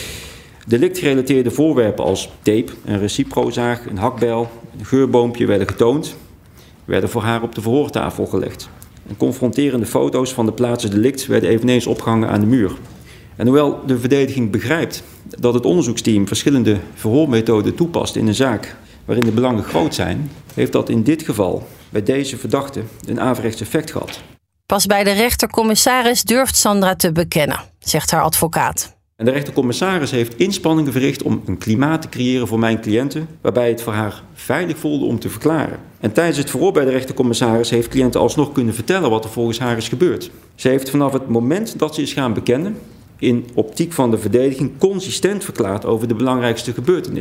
Speaker 2: Delictgerelateerde voorwerpen als tape, een reciprozaag, een hakbijl, een geurboompje werden getoond, werden voor haar op de verhoortafel gelegd. En confronterende foto's van de plaats delict werden eveneens opgehangen aan de muur. En hoewel de verdediging begrijpt dat het onderzoeksteam verschillende verhoormethoden toepast in een zaak waarin de belangen groot zijn, heeft dat in dit geval bij deze verdachte een averechts effect gehad.
Speaker 6: Pas bij de rechtercommissaris durft Sandra te bekennen, zegt haar advocaat.
Speaker 2: En de rechtercommissaris heeft inspanningen verricht om een klimaat te creëren voor mijn cliënten, waarbij het voor haar veilig voelde om te verklaren. En tijdens het verhoor bij de rechtercommissaris heeft cliënten alsnog kunnen vertellen wat er volgens haar is gebeurd. Ze heeft vanaf het moment dat ze is gaan bekennen, in optiek van de verdediging consistent verklaard over de belangrijkste gebeurtenissen.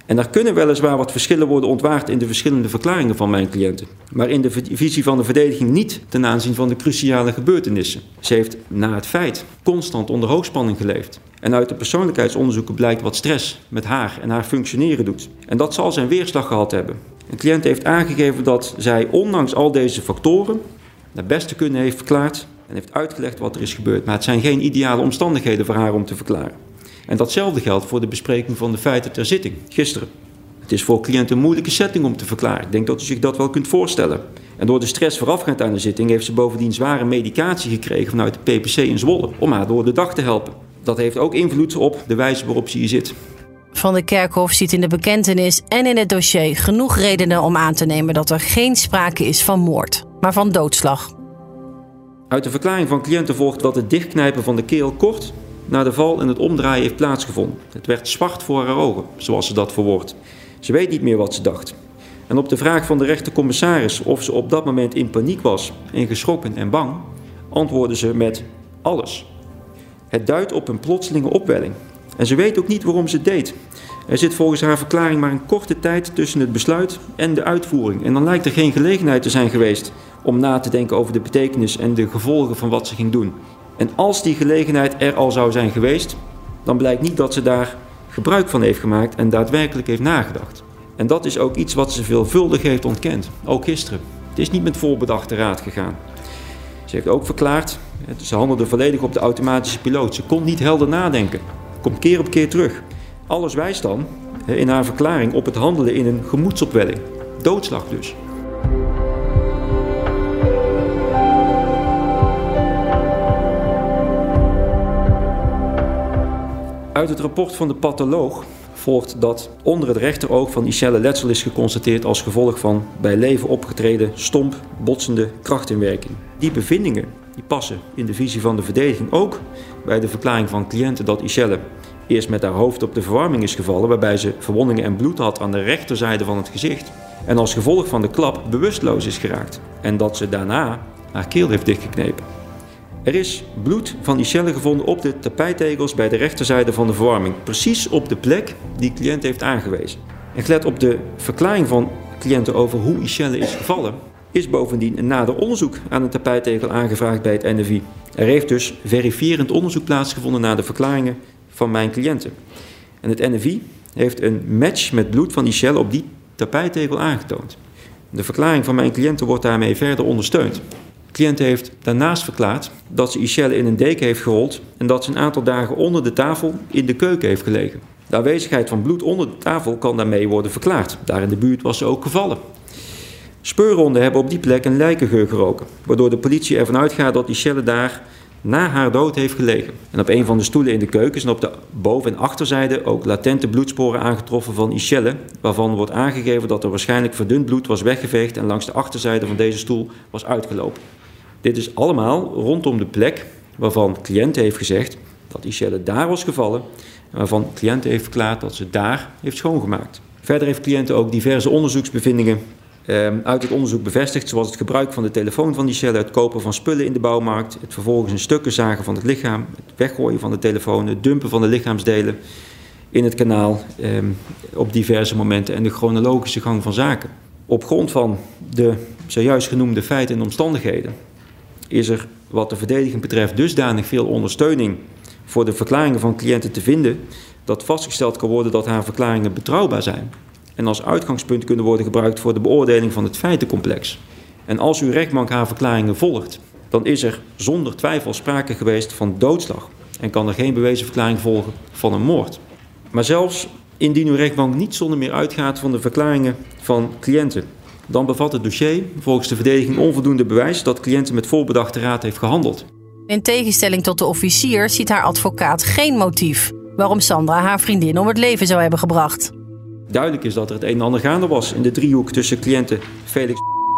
Speaker 2: En er kunnen weliswaar wat verschillen worden ontwaard in de verschillende verklaringen van mijn cliënten. Maar in de visie van de verdediging niet ten aanzien van de cruciale gebeurtenissen. Ze heeft na het feit constant onder hoogspanning geleefd. En uit de persoonlijkheidsonderzoeken blijkt wat stress met haar en haar functioneren doet. En dat zal zijn weerslag gehad hebben. Een cliënt heeft aangegeven dat zij ondanks al deze factoren naar beste kunnen heeft verklaard en heeft uitgelegd wat er is gebeurd. Maar het zijn geen ideale omstandigheden voor haar om te verklaren. En datzelfde geldt voor de bespreking van de feiten ter zitting, gisteren. Het is voor cliënten een moeilijke setting om te verklaren. Ik denk dat u zich dat wel kunt voorstellen. En door de stress voorafgaand aan de zitting heeft ze bovendien zware medicatie gekregen vanuit de P P C in Zwolle om haar door de dag te helpen. Dat heeft ook invloed op de wijze waarop ze hier zit.
Speaker 6: Van der Kerkhof ziet in de bekentenis en in het dossier genoeg redenen om aan te nemen dat er geen sprake is van moord, maar van doodslag.
Speaker 2: Uit de verklaring van cliënten volgt dat het dichtknijpen van de keel kort na de val en het omdraaien heeft plaatsgevonden. Het werd zwart voor haar ogen, zoals ze dat verwoordt. Ze weet niet meer wat ze dacht. En op de vraag van de rechtercommissaris of ze op dat moment in paniek was en geschrokken en bang, antwoordde ze met alles. Het duidt op een plotselinge opwelling. En ze weet ook niet waarom ze het deed. Er zit volgens haar verklaring maar een korte tijd tussen het besluit en de uitvoering. En dan lijkt er geen gelegenheid te zijn geweest om na te denken over de betekenis en de gevolgen van wat ze ging doen. En als die gelegenheid er al zou zijn geweest, dan blijkt niet dat ze daar gebruik van heeft gemaakt en daadwerkelijk heeft nagedacht. En dat is ook iets wat ze veelvuldig heeft ontkend, ook gisteren. Het is niet met voorbedachte raad gegaan. Ze heeft ook verklaard, ze handelde volledig op de automatische piloot. Ze kon niet helder nadenken. Komt keer op keer terug. Alles wijst dan in haar verklaring op het handelen in een gemoedsopwelling. Doodslag dus. Uit het rapport van de patholoog volgt dat onder het rechteroog van Ishelle letsel is geconstateerd als gevolg van bij leven opgetreden stomp, botsende krachtinwerking. Die bevindingen die passen in de visie van de verdediging ook bij de verklaring van cliënten dat Ishelle eerst met haar hoofd op de verwarming is gevallen, waarbij ze verwondingen en bloed had aan de rechterzijde van het gezicht en als gevolg van de klap bewusteloos is geraakt en dat ze daarna haar keel heeft dichtgeknepen. Er is bloed van Ishelle gevonden op de tapijtegels bij de rechterzijde van de verwarming, precies op de plek die de cliënt heeft aangewezen. En gelet op de verklaring van cliënten over hoe Ishelle is gevallen, is bovendien een nader onderzoek aan de tapijtegel aangevraagd bij het N F I. Er heeft dus verifierend onderzoek plaatsgevonden naar de verklaringen van mijn cliënten. En het N F I heeft een match met bloed van Ishelle op die tapijtegel aangetoond. De verklaring van mijn cliënten wordt daarmee verder ondersteund. De cliënt heeft daarnaast verklaard dat ze Ishelle in een deken heeft gerold en dat ze een aantal dagen onder de tafel in de keuken heeft gelegen. De aanwezigheid van bloed onder de tafel kan daarmee worden verklaard. Daar in de buurt was ze ook gevallen. Speurhonden hebben op die plek een lijkengeur geroken, waardoor de politie ervan uitgaat dat Ishelle daar na haar dood heeft gelegen. En op een van de stoelen in de keuken zijn op de boven- en achterzijde ook latente bloedsporen aangetroffen van Ishelle, waarvan wordt aangegeven dat er waarschijnlijk verdund bloed was weggeveegd en langs de achterzijde van deze stoel was uitgelopen. Dit is allemaal rondom de plek waarvan de cliënt heeft gezegd dat Ishelle daar was gevallen en waarvan de cliënt heeft verklaard dat ze daar heeft schoongemaakt. Verder heeft de cliënt ook diverse onderzoeksbevindingen uit het onderzoek bevestigd, zoals het gebruik van de telefoon van Ishelle, het kopen van spullen in de bouwmarkt, het vervolgens in stukken zagen van het lichaam, het weggooien van de telefoon, het dumpen van de lichaamsdelen in het kanaal eh, op diverse momenten en de chronologische gang van zaken. Op grond van de zojuist genoemde feiten en omstandigheden is er wat de verdediging betreft dusdanig veel ondersteuning voor de verklaringen van cliënten te vinden dat vastgesteld kan worden dat haar verklaringen betrouwbaar zijn en als uitgangspunt kunnen worden gebruikt voor de beoordeling van het feitencomplex. En als uw rechtbank haar verklaringen volgt, dan is er zonder twijfel sprake geweest van doodslag en kan er geen bewezen verklaring volgen van een moord. Maar zelfs indien uw rechtbank niet zonder meer uitgaat van de verklaringen van cliënten, dan bevat het dossier volgens de verdediging onvoldoende bewijs dat cliënten met voorbedachte raad heeft gehandeld.
Speaker 6: In tegenstelling tot de officier ziet haar advocaat geen motief waarom Sandra haar vriendin om het leven zou hebben gebracht.
Speaker 2: Duidelijk is dat er het een en ander gaande was in de driehoek tussen cliënten Felix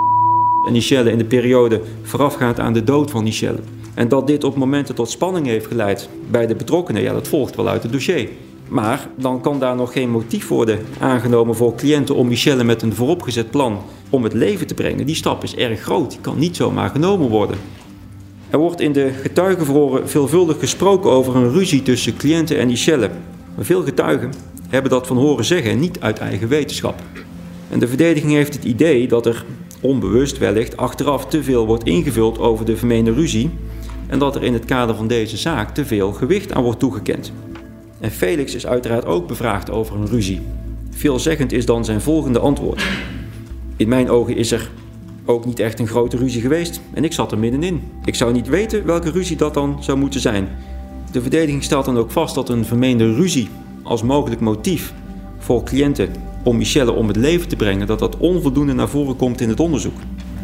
Speaker 2: en Ishelle in de periode voorafgaand aan de dood van Ishelle. En dat dit op momenten tot spanning heeft geleid bij de betrokkenen, ja, dat volgt wel uit het dossier. Maar dan kan daar nog geen motief worden aangenomen voor cliënten om Ishelle met een vooropgezet plan om het leven te brengen. Die stap is erg groot, die kan niet zomaar genomen worden. Er wordt in de getuigenverhoren veelvuldig gesproken over een ruzie tussen cliënten en Ishelle. Maar veel getuigen hebben dat van horen zeggen, niet uit eigen wetenschap. En de verdediging heeft het idee dat er onbewust wellicht achteraf te veel wordt ingevuld over de vermeende ruzie en dat er in het kader van deze zaak te veel gewicht aan wordt toegekend. En Felix is uiteraard ook bevraagd over een ruzie. Veelzeggend is dan zijn volgende antwoord. In mijn ogen is er ook niet echt een grote ruzie geweest en ik zat er middenin. Ik zou niet weten welke ruzie dat dan zou moeten zijn. De verdediging stelt dan ook vast dat een vermeende ruzie als mogelijk motief voor cliënten om Michelle om het leven te brengen, dat dat onvoldoende naar voren komt in het onderzoek.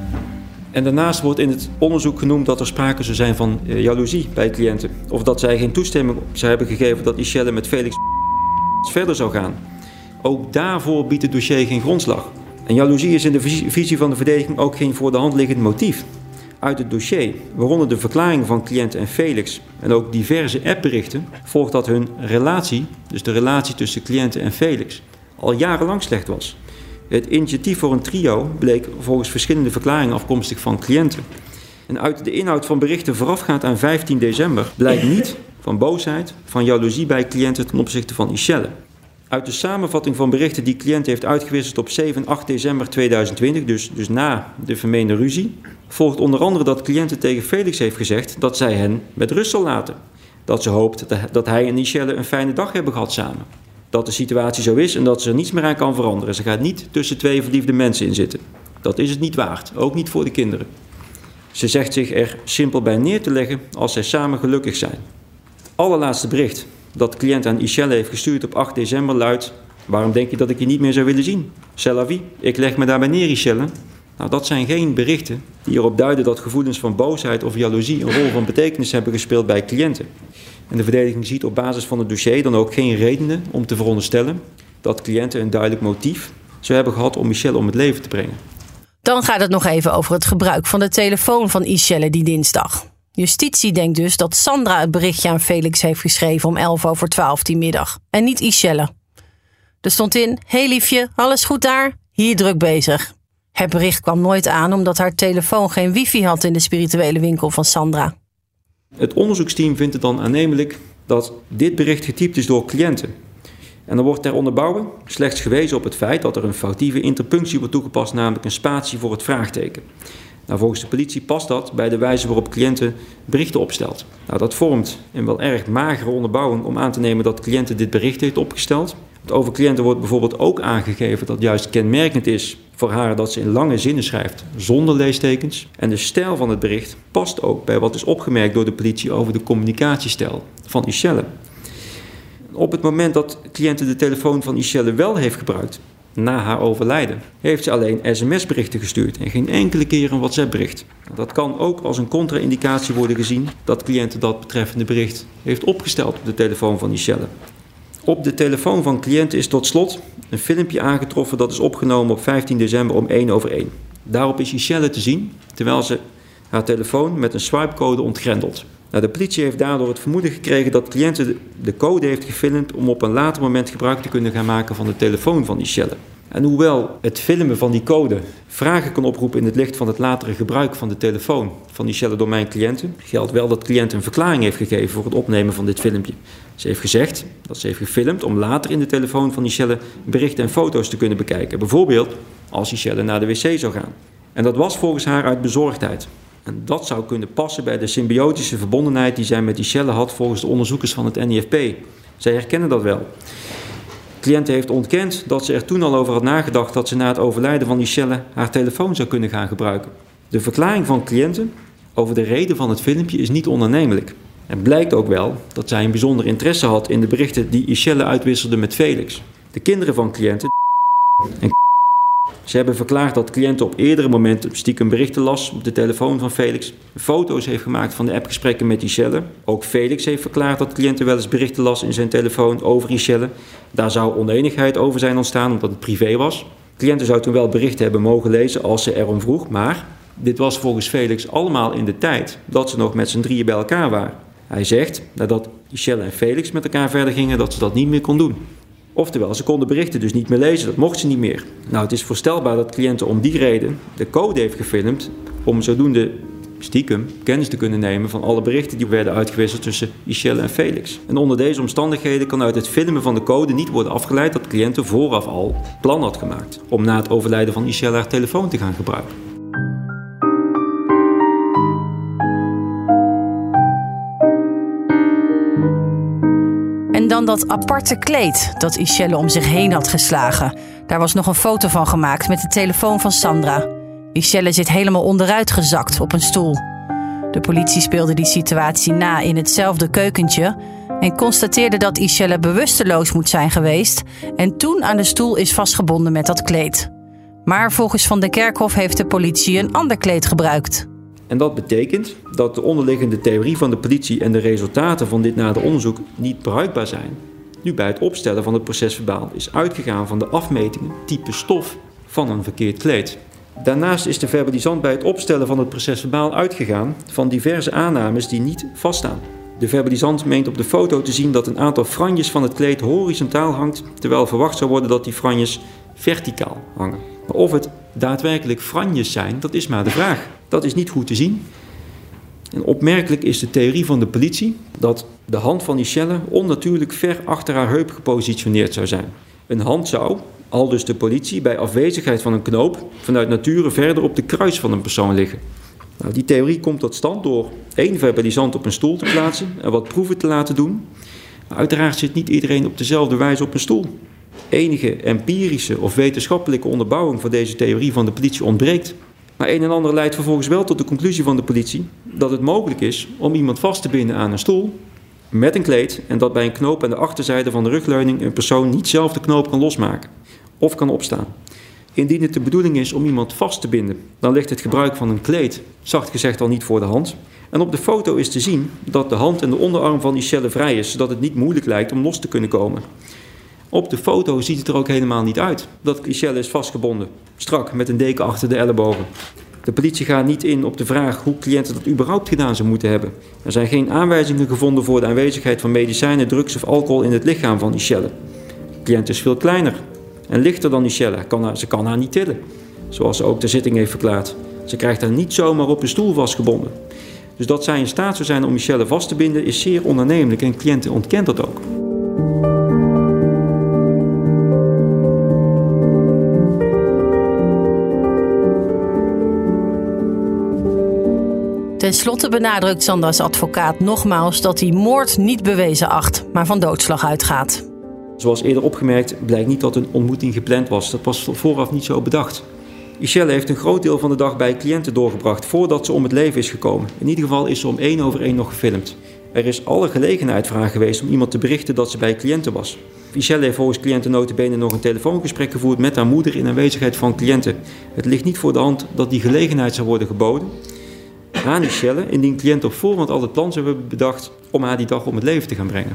Speaker 2: En daarnaast wordt in het onderzoek genoemd dat er sprake zou zijn van uh, jaloezie bij cliënten. Of dat zij geen toestemming zou hebben gegeven dat Michelle met Felix verder zou gaan. Ook daarvoor biedt het dossier geen grondslag. En jaloezie is in de visie van de verdediging ook geen voor de hand liggend motief. Uit het dossier, waaronder de verklaringen van cliënten en Felix en ook diverse appberichten, volgt dat hun relatie, dus de relatie tussen cliënten en Felix, al jarenlang slecht was. Het initiatief voor een trio bleek volgens verschillende verklaringen afkomstig van cliënten. En uit de inhoud van berichten voorafgaand aan vijftien december blijkt niet van boosheid, van jaloezie bij cliënten ten opzichte van Michelle. Uit de samenvatting van berichten die cliënt heeft uitgewisseld op zeven en acht december tweeduizend twintig, dus, dus na de vermeende ruzie, volgt onder andere dat cliënten tegen Felix heeft gezegd dat zij hen met rust zal laten. Dat ze hoopt dat hij en Michelle een fijne dag hebben gehad samen. Dat de situatie zo is en dat ze er niets meer aan kan veranderen. Ze gaat niet tussen twee verliefde mensen in zitten. Dat is het niet waard, ook niet voor de kinderen. Ze zegt zich er simpel bij neer te leggen als zij samen gelukkig zijn. Allerlaatste bericht dat de cliënt aan Michelle heeft gestuurd op acht december luidt: waarom denk je dat ik je niet meer zou willen zien? C'est la vie, ik leg me daarbij neer, Michelle. Nou, dat zijn geen berichten die erop duiden dat gevoelens van boosheid of jaloezie een rol van betekenis hebben gespeeld bij cliënten. En de verdediging ziet op basis van het dossier dan ook geen redenen om te veronderstellen dat cliënten een duidelijk motief zou hebben gehad om Michelle om het leven te brengen.
Speaker 6: Dan gaat het nog even over het gebruik van de telefoon van Michelle die dinsdag. Justitie denkt dus dat Sandra het berichtje aan Felix heeft geschreven om elf over twaalf die middag en niet Michelle. Er stond in: hey liefje, alles goed daar? Hier druk bezig. Het bericht kwam nooit aan omdat haar telefoon geen wifi had in de spirituele winkel van Sandra.
Speaker 2: Het onderzoeksteam vindt het dan aannemelijk dat dit bericht getypt is door cliënten. En er wordt ter onderbouwing slechts gewezen op het feit dat er een foutieve interpunctie wordt toegepast, namelijk een spatie voor het vraagteken. Nou, volgens de politie past dat bij de wijze waarop cliënten berichten opstelt. Nou, dat vormt een wel erg magere onderbouwing om aan te nemen dat cliënten dit bericht heeft opgesteld. Want over cliënten wordt bijvoorbeeld ook aangegeven dat juist kenmerkend is voor haar dat ze in lange zinnen schrijft zonder leestekens. En de stijl van het bericht past ook bij wat is opgemerkt door de politie over de communicatiestijl van Michelle. Op het moment dat cliënten de telefoon van Michelle wel heeft gebruikt, na haar overlijden, heeft ze alleen sms-berichten gestuurd en geen enkele keer een WhatsApp-bericht. Dat kan ook als een contra-indicatie worden gezien dat cliënten dat betreffende bericht heeft opgesteld op de telefoon van Michelle. Op de telefoon van cliënten is tot slot een filmpje aangetroffen dat is opgenomen op vijftien december om één over één. Daarop is Michelle te zien terwijl ze haar telefoon met een swipecode ontgrendelt. Nou, de politie heeft daardoor het vermoeden gekregen dat cliënten de code heeft gefilmd om op een later moment gebruik te kunnen gaan maken van de telefoon van Michelle. En hoewel het filmen van die code vragen kan oproepen in het licht van het latere gebruik van de telefoon van Michelle door mijn cliënten, geldt wel dat cliënt een verklaring heeft gegeven voor het opnemen van dit filmpje. Ze heeft gezegd dat ze heeft gefilmd om later in de telefoon van Michelle berichten en foto's te kunnen bekijken. Bijvoorbeeld als Michelle naar de wc zou gaan. En dat was volgens haar uit bezorgdheid. En dat zou kunnen passen bij de symbiotische verbondenheid die zij met Michelle had volgens de onderzoekers van het N I F P. Zij herkennen dat wel. De cliënt heeft ontkend dat ze er toen al over had nagedacht dat ze na het overlijden van Michelle haar telefoon zou kunnen gaan gebruiken. De verklaring van cliënten over de reden van het filmpje is niet onaannemelijk. Het blijkt ook wel dat zij een bijzonder interesse had in de berichten die Michelle uitwisselde met Felix. De kinderen van cliënten en ze hebben verklaard dat cliënten op eerdere momenten stiekem berichten las op de telefoon van Felix, foto's heeft gemaakt van de appgesprekken met Michelle. Ook Felix heeft verklaard dat cliënten wel eens berichten las in zijn telefoon over Michelle. Daar zou oneenigheid over zijn ontstaan omdat het privé was. Cliënten zou toen wel berichten hebben mogen lezen als ze erom vroeg, maar dit was volgens Felix allemaal in de tijd dat ze nog met z'n drieën bij elkaar waren. Hij zegt, nadat Michelle en Felix met elkaar verder gingen, dat ze dat niet meer kon doen. Oftewel, ze konden berichten dus niet meer lezen, dat mocht ze niet meer. Nou, het is voorstelbaar dat cliënten om die reden de code heeft gefilmd om zodoende stiekem kennis te kunnen nemen van alle berichten die werden uitgewisseld tussen Ishelle en Felix. En onder deze omstandigheden kan uit het filmen van de code niet worden afgeleid dat de cliënte vooraf al plan had gemaakt om na het overlijden van Ishelle haar telefoon te gaan gebruiken.
Speaker 6: En dan dat aparte kleed dat Ishelle om zich heen had geslagen. Daar was nog een foto van gemaakt met de telefoon van Sandra. Ishelle zit helemaal onderuit gezakt op een stoel. De politie speelde die situatie na in hetzelfde keukentje en constateerde dat Ishelle bewusteloos moet zijn geweest en toen aan de stoel is vastgebonden met dat kleed. Maar volgens Van de Kerkhof heeft de politie een ander kleed gebruikt.
Speaker 2: En dat betekent dat de onderliggende theorie van de politie en de resultaten van dit nader onderzoek niet bruikbaar zijn. Nu bij het opstellen van het procesverbaal is uitgegaan van de afmetingen type stof van een verkeerd kleed. Daarnaast is de verbalisant bij het opstellen van het procesverbaal uitgegaan van diverse aannames die niet vaststaan. De verbalisant meent op de foto te zien dat een aantal franjes van het kleed horizontaal hangt, terwijl verwacht zou worden dat die franjes verticaal hangen. Maar of het daadwerkelijk franjes zijn, dat is maar de vraag. Dat is niet goed te zien. En opmerkelijk is de theorie van de politie dat de hand van Ishelle onnatuurlijk ver achter haar heup gepositioneerd zou zijn. Een hand zou, aldus de politie, bij afwezigheid van een knoop vanuit nature verder op de kruis van een persoon liggen. Nou, die theorie komt tot stand door één verbalisant op een stoel te plaatsen en wat proeven te laten doen. Maar uiteraard zit niet iedereen op dezelfde wijze op een stoel. Enige empirische of wetenschappelijke onderbouwing voor deze theorie van de politie ontbreekt. Maar een en ander leidt vervolgens wel tot de conclusie van de politie dat het mogelijk is om iemand vast te binden aan een stoel met een kleed en dat bij een knoop aan de achterzijde van de rugleuning een persoon niet zelf de knoop kan losmaken of kan opstaan. Indien het de bedoeling is om iemand vast te binden, dan ligt het gebruik van een kleed, zacht gezegd, al niet voor de hand. En op de foto is te zien dat de hand en de onderarm van Ishelle vrij is, zodat het niet moeilijk lijkt om los te kunnen komen. Op de foto ziet het er ook helemaal niet uit dat Ishelle is vastgebonden, strak met een deken achter de ellebogen. De politie gaat niet in op de vraag hoe cliënten dat überhaupt gedaan zou moeten hebben. Er zijn geen aanwijzingen gevonden voor de aanwezigheid van medicijnen, drugs of alcohol in het lichaam van Ishelle. De cliënt is veel kleiner en lichter dan Ishelle. Kan haar, ze kan haar niet tillen, zoals ze ook de zitting heeft verklaard. Ze krijgt haar niet zomaar op een stoel vastgebonden. Dus dat zij in staat zou zijn om Ishelle vast te binden is zeer onaannemelijk en de cliënt ontkent dat ook.
Speaker 6: Ten slotte benadrukt Sandra's advocaat nogmaals dat hij moord niet bewezen acht, maar van doodslag uitgaat.
Speaker 2: Zoals eerder opgemerkt blijkt niet dat een ontmoeting gepland was. Dat was vooraf niet zo bedacht. Ishelle heeft een groot deel van de dag bij cliënten doorgebracht voordat ze om het leven is gekomen. In ieder geval is ze om één over één nog gefilmd. Er is alle gelegenheid voor haar geweest om iemand te berichten dat ze bij cliënten was. Ishelle heeft volgens cliënten nota bene nog een telefoongesprek gevoerd met haar moeder in aanwezigheid van cliënten. Het ligt niet voor de hand dat die gelegenheid zou worden geboden aan Ishelle indien cliënten op voorhand al het plan zou hebben bedacht om haar die dag om het leven te gaan brengen.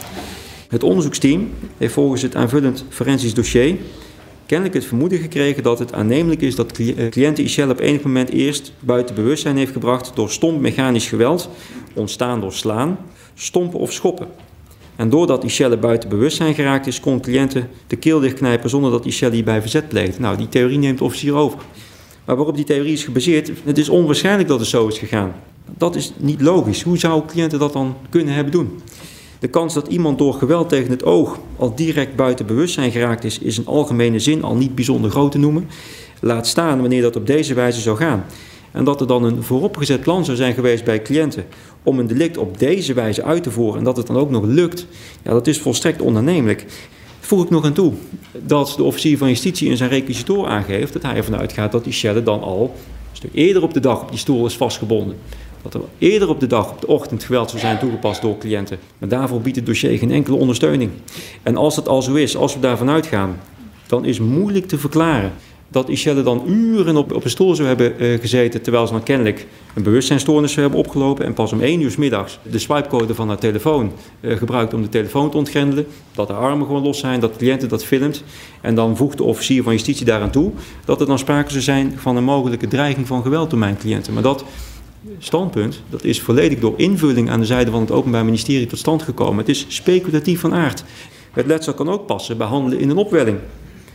Speaker 2: Het onderzoeksteam heeft volgens het aanvullend forensisch dossier kennelijk het vermoeden gekregen dat het aannemelijk is dat cliënte Ishelle op enig moment eerst buiten bewustzijn heeft gebracht door stomp mechanisch geweld, ontstaan door slaan, stompen of schoppen. En doordat Ishelle buiten bewustzijn geraakt is, kon cliënte de keel dichtknijpen zonder dat Ishelle hierbij verzet pleegde. Nou, die theorie neemt de officier over. Maar waarop die theorie is gebaseerd, het is onwaarschijnlijk dat het zo is gegaan. Dat is niet logisch. Hoe zou cliënten dat dan kunnen hebben doen? De kans dat iemand door geweld tegen het oog al direct buiten bewustzijn geraakt is, is in algemene zin al niet bijzonder groot te noemen. Laat staan wanneer dat op deze wijze zou gaan. En dat er dan een vooropgezet plan zou zijn geweest bij cliënten om een delict op deze wijze uit te voeren en dat het dan ook nog lukt, ja, dat is volstrekt onaannemelijk. Voeg ik nog aan toe dat de officier van justitie in zijn requisitoor aangeeft dat hij ervan uitgaat dat Ishelle dan al een stuk eerder op de dag op die stoel is vastgebonden. Dat er eerder op de dag, op de ochtend, geweld zou zijn toegepast door cliënten. Maar daarvoor biedt het dossier geen enkele ondersteuning. En als dat al zo is, als we daarvan uitgaan, dan is moeilijk te verklaren dat Ishelle dan uren op, op een stoel zou hebben uh, gezeten, terwijl ze dan kennelijk een bewustzijnstoornis zou hebben opgelopen en pas om één uur 's middags de swipecode van haar telefoon uh, gebruikt om de telefoon te ontgrendelen, dat haar armen gewoon los zijn, dat de cliënte dat filmt en dan voegt de officier van justitie daaraan toe dat er dan sprake zou zijn van een mogelijke dreiging van geweld door mijn cliënten. Maar dat standpunt, dat is volledig door invulling aan de zijde van het Openbaar Ministerie tot stand gekomen. Het is speculatief van aard. Het letsel kan ook passen bij handelen in een opwelling.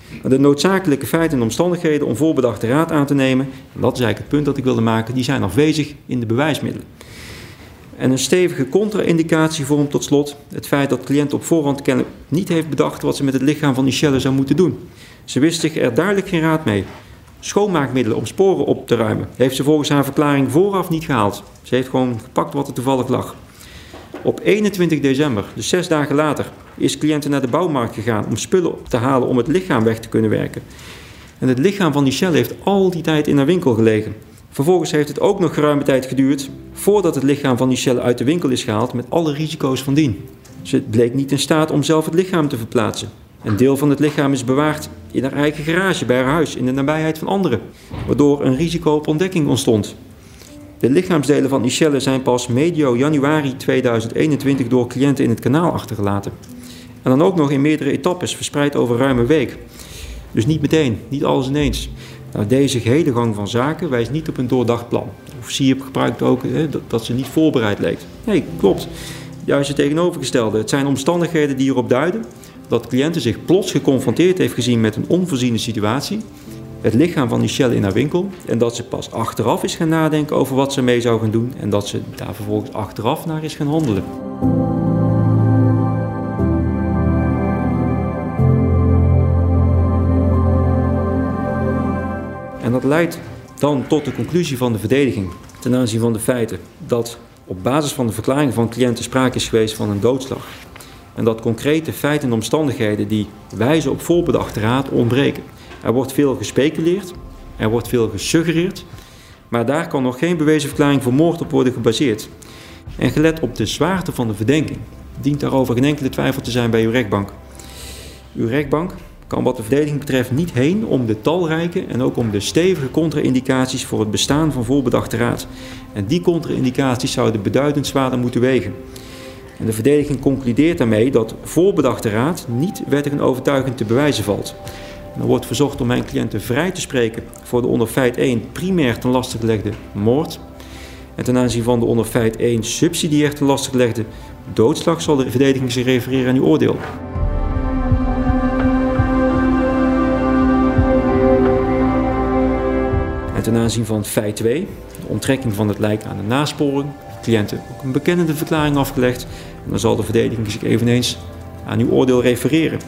Speaker 2: De noodzakelijke feiten en omstandigheden om voorbedachte raad aan te nemen, en dat is eigenlijk het punt dat ik wilde maken, die zijn afwezig in de bewijsmiddelen. En een stevige contra-indicatie vormt tot slot het feit dat de cliënt op voorhand kennelijk niet heeft bedacht wat ze met het lichaam van Michelle zou moeten doen. Ze wist zich er duidelijk geen raad mee. Schoonmaakmiddelen om sporen op te ruimen heeft ze volgens haar verklaring vooraf niet gehaald. Ze heeft gewoon gepakt wat er toevallig lag. Op eenentwintig december, dus zes dagen later, is de cliënt naar de bouwmarkt gegaan om spullen te halen om het lichaam weg te kunnen werken. En het lichaam van Michelle heeft al die tijd in haar winkel gelegen. Vervolgens heeft het ook nog geruime tijd geduurd voordat het lichaam van Michelle uit de winkel is gehaald met alle risico's van dien. Ze bleek niet in staat om zelf het lichaam te verplaatsen. Een deel van het lichaam is bewaard in haar eigen garage bij haar huis in de nabijheid van anderen, waardoor een risico op ontdekking ontstond. De lichaamsdelen van Michelle zijn pas medio januari tweeduizend eenentwintig door cliënten in het kanaal achtergelaten. En dan ook nog in meerdere etappes verspreid over ruim een week. Dus niet meteen, niet alles ineens. Nou, deze gehele gang van zaken wijst niet op een doordacht plan. De officier gebruikt ook hè, dat, dat ze niet voorbereid leek. Nee, klopt. Juist het tegenovergestelde. Het zijn omstandigheden die erop duiden dat de cliënte zich plots geconfronteerd heeft gezien met een onvoorziene situatie, het lichaam van Michelle in haar winkel, en dat ze pas achteraf is gaan nadenken over wat ze mee zou gaan doen en dat ze daar vervolgens achteraf naar is gaan handelen. En dat leidt dan tot de conclusie van de verdediging ten aanzien van de feiten dat op basis van de verklaring van cliënten sprake is geweest van een doodslag. En dat concrete feiten en omstandigheden die wijzen op voorbedachte raad ontbreken. Er wordt veel gespeculeerd, er wordt veel gesuggereerd, maar daar kan nog geen bewezen verklaring voor moord op worden gebaseerd. En gelet op de zwaarte van de verdenking, dient daarover geen enkele twijfel te zijn bij uw rechtbank. Uw rechtbank kan wat de verdediging betreft niet heen om de talrijke en ook om de stevige contra-indicaties voor het bestaan van voorbedachte raad. En die contra-indicaties zouden beduidend zwaarder moeten wegen. En de verdediging concludeert daarmee dat voorbedachte raad niet wettig en overtuigend te bewijzen valt. En er wordt verzocht om mijn cliënten vrij te spreken voor de onder feit één primair ten laste gelegde moord. En ten aanzien van de onder feit één subsidiair ten laste gelegde doodslag zal de verdediging zich refereren aan uw oordeel. En ten aanzien van feit twee, de onttrekking van het lijk aan de nasporing, cliënten ook een bekennende verklaring afgelegd. En dan zal de verdediging zich eveneens aan uw oordeel refereren.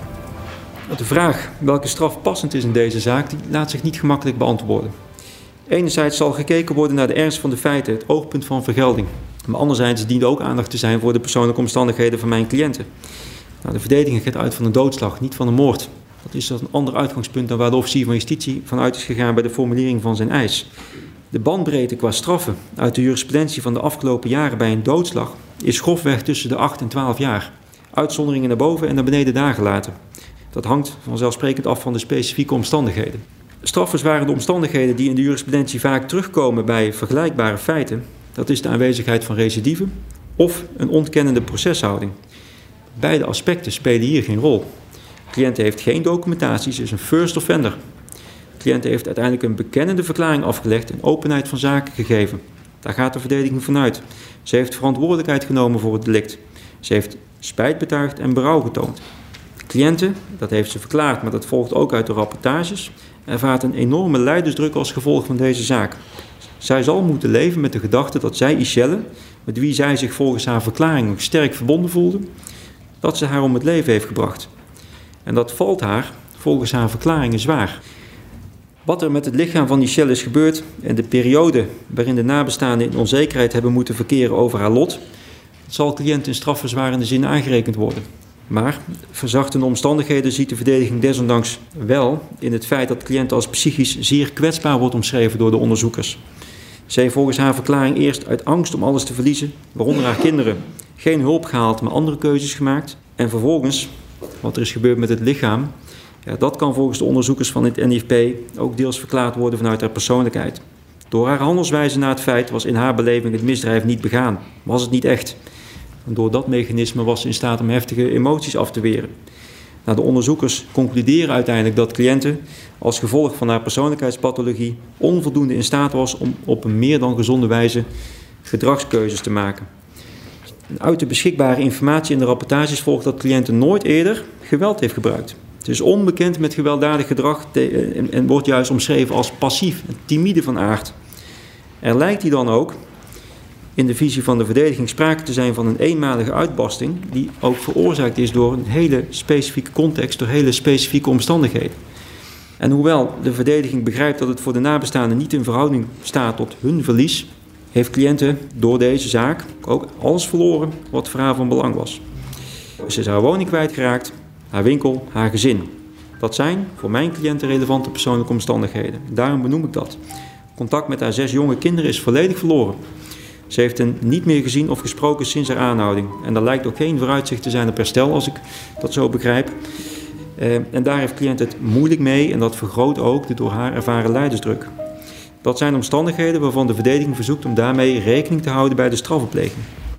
Speaker 2: De vraag welke straf passend is in deze zaak, die laat zich niet gemakkelijk beantwoorden. Enerzijds zal gekeken worden naar de ernst van de feiten, het oogpunt van vergelding. Maar anderzijds dient ook aandacht te zijn voor de persoonlijke omstandigheden van mijn cliënten. Nou, de verdediging gaat uit van een doodslag, niet van een moord. Dat is een ander uitgangspunt dan waar de officier van justitie vanuit is gegaan bij de formulering van zijn eis. De bandbreedte qua straffen uit de jurisprudentie van de afgelopen jaren bij een doodslag is grofweg tussen de acht en twaalf jaar. Uitzonderingen naar boven en naar beneden daargelaten. Dat hangt vanzelfsprekend af van de specifieke omstandigheden. Strafverzwarende omstandigheden die in de jurisprudentie vaak terugkomen bij vergelijkbare feiten, dat is de aanwezigheid van recidive of een ontkennende proceshouding. Beide aspecten spelen hier geen rol. De cliënt heeft geen documentatie, ze is een first offender. De cliënt heeft uiteindelijk een bekennende verklaring afgelegd en openheid van zaken gegeven. Daar gaat de verdediging vanuit. Ze heeft verantwoordelijkheid genomen voor het delict. Ze heeft spijt betuigd en berouw getoond. De cliënte, dat heeft ze verklaard, maar dat volgt ook uit de rapportages, ervaart een enorme lijdensdruk als gevolg van deze zaak. Zij zal moeten leven met de gedachte dat zij Michelle, met wie zij zich volgens haar verklaring nog sterk verbonden voelde, dat ze haar om het leven heeft gebracht. En dat valt haar, volgens haar verklaringen, zwaar. Wat er met het lichaam van Michelle is gebeurd en de periode waarin de nabestaanden in onzekerheid hebben moeten verkeren over haar lot, zal cliënt in strafverzwarende zin aangerekend worden. Maar verzachtende omstandigheden ziet de verdediging desondanks wel in het feit dat de cliënt als psychisch zeer kwetsbaar wordt omschreven door de onderzoekers. Ze heeft volgens haar verklaring eerst uit angst om alles te verliezen, waaronder haar kinderen, geen hulp gehaald, maar andere keuzes gemaakt. En vervolgens, wat er is gebeurd met het lichaam, ja, dat kan volgens de onderzoekers van het N I F P ook deels verklaard worden vanuit haar persoonlijkheid. Door haar handelswijze na het feit was in haar beleving het misdrijf niet begaan, was het niet echt. En door dat mechanisme was ze in staat om heftige emoties af te weren. Nou, de onderzoekers concluderen uiteindelijk dat cliënte als gevolg van haar persoonlijkheidspathologie onvoldoende in staat was om op een meer dan gezonde wijze gedragskeuzes te maken. En uit de beschikbare informatie in de rapportages volgt dat cliënte nooit eerder geweld heeft gebruikt. Ze is onbekend met gewelddadig gedrag te- en, en wordt juist omschreven als passief en timide van aard. Er lijkt hier dan ook in de visie van de verdediging sprake te zijn van een eenmalige uitbarsting die ook veroorzaakt is door een hele specifieke context, door hele specifieke omstandigheden. En hoewel de verdediging begrijpt dat het voor de nabestaanden niet in verhouding staat tot hun verlies, heeft cliënte door deze zaak ook alles verloren wat voor haar van belang was. Ze is haar woning kwijtgeraakt, haar winkel, haar gezin. Dat zijn voor mijn cliënten relevante persoonlijke omstandigheden. Daarom benoem ik dat. Contact met haar zes jonge kinderen is volledig verloren. Ze heeft hen niet meer gezien of gesproken sinds haar aanhouding. En er lijkt ook geen vooruitzicht te zijn op herstel, als ik dat zo begrijp. Uh, en daar heeft cliënt het moeilijk mee en dat vergroot ook de door haar ervaren leidersdruk. Dat zijn omstandigheden waarvan de verdediging verzoekt om daarmee rekening te houden bij de strafopleging.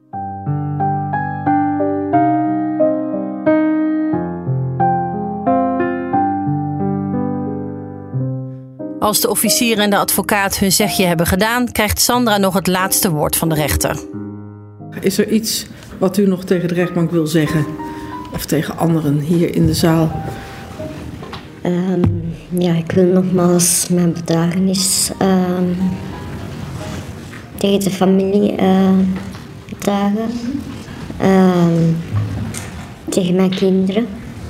Speaker 6: Als de officier en de advocaat hun zegje hebben gedaan, krijgt Sandra nog het laatste woord van de rechter.
Speaker 3: Is er iets wat u nog tegen de rechtbank wil zeggen? Of tegen anderen hier in de zaal?
Speaker 4: Um, ja, ik wil nogmaals mijn betuigenis um, tegen de familie uh, betuigen. Um, tegen mijn kinderen.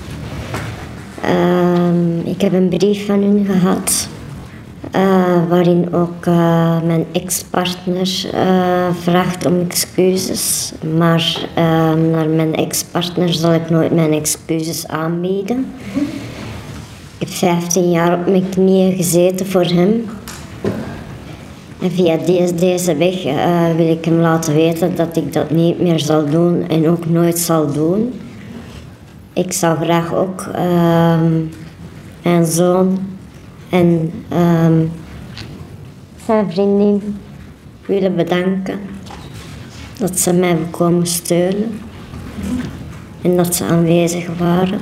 Speaker 4: Um, ik heb een brief van hun gehad. Uh, waarin ook uh, mijn ex-partner uh, vraagt om excuses. Maar uh, naar mijn ex-partner zal ik nooit mijn excuses aanbieden. Ik heb vijftien jaar op mijn knieën gezeten voor hem. En via deze, deze weg uh, wil ik hem laten weten dat ik dat niet meer zal doen en ook nooit zal doen. Ik zou graag ook uh, mijn zoon en um, zijn vriendin willen bedanken dat ze mij hebben komen steunen en dat ze aanwezig waren.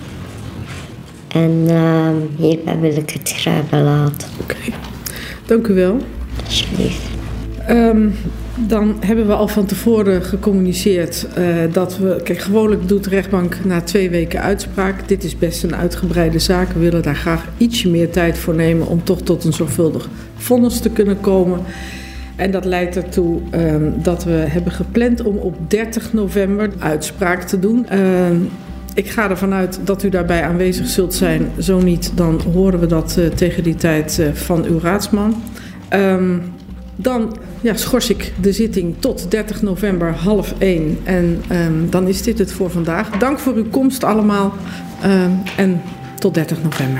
Speaker 4: En um, hierbij wil ik het graag belaten.
Speaker 3: Oké, okay. Dank u wel.
Speaker 4: Alsjeblieft.
Speaker 3: Um, dan hebben we al van tevoren gecommuniceerd uh, dat we... Kijk, gewoonlijk doet de rechtbank na twee weken uitspraak. Dit is best een uitgebreide zaak. We willen daar graag ietsje meer tijd voor nemen om toch tot een zorgvuldig vonnis te kunnen komen. En dat leidt ertoe um, dat we hebben gepland om op dertig november uitspraak te doen. Uh, ik ga ervan uit dat u daarbij aanwezig zult zijn. Zo niet, dan horen we dat uh, tegen die tijd uh, van uw raadsman. Um, Dan ja, schors ik de zitting tot dertig november half één. En um, dan is dit het voor vandaag. Dank voor uw komst allemaal. Um, en tot dertig november.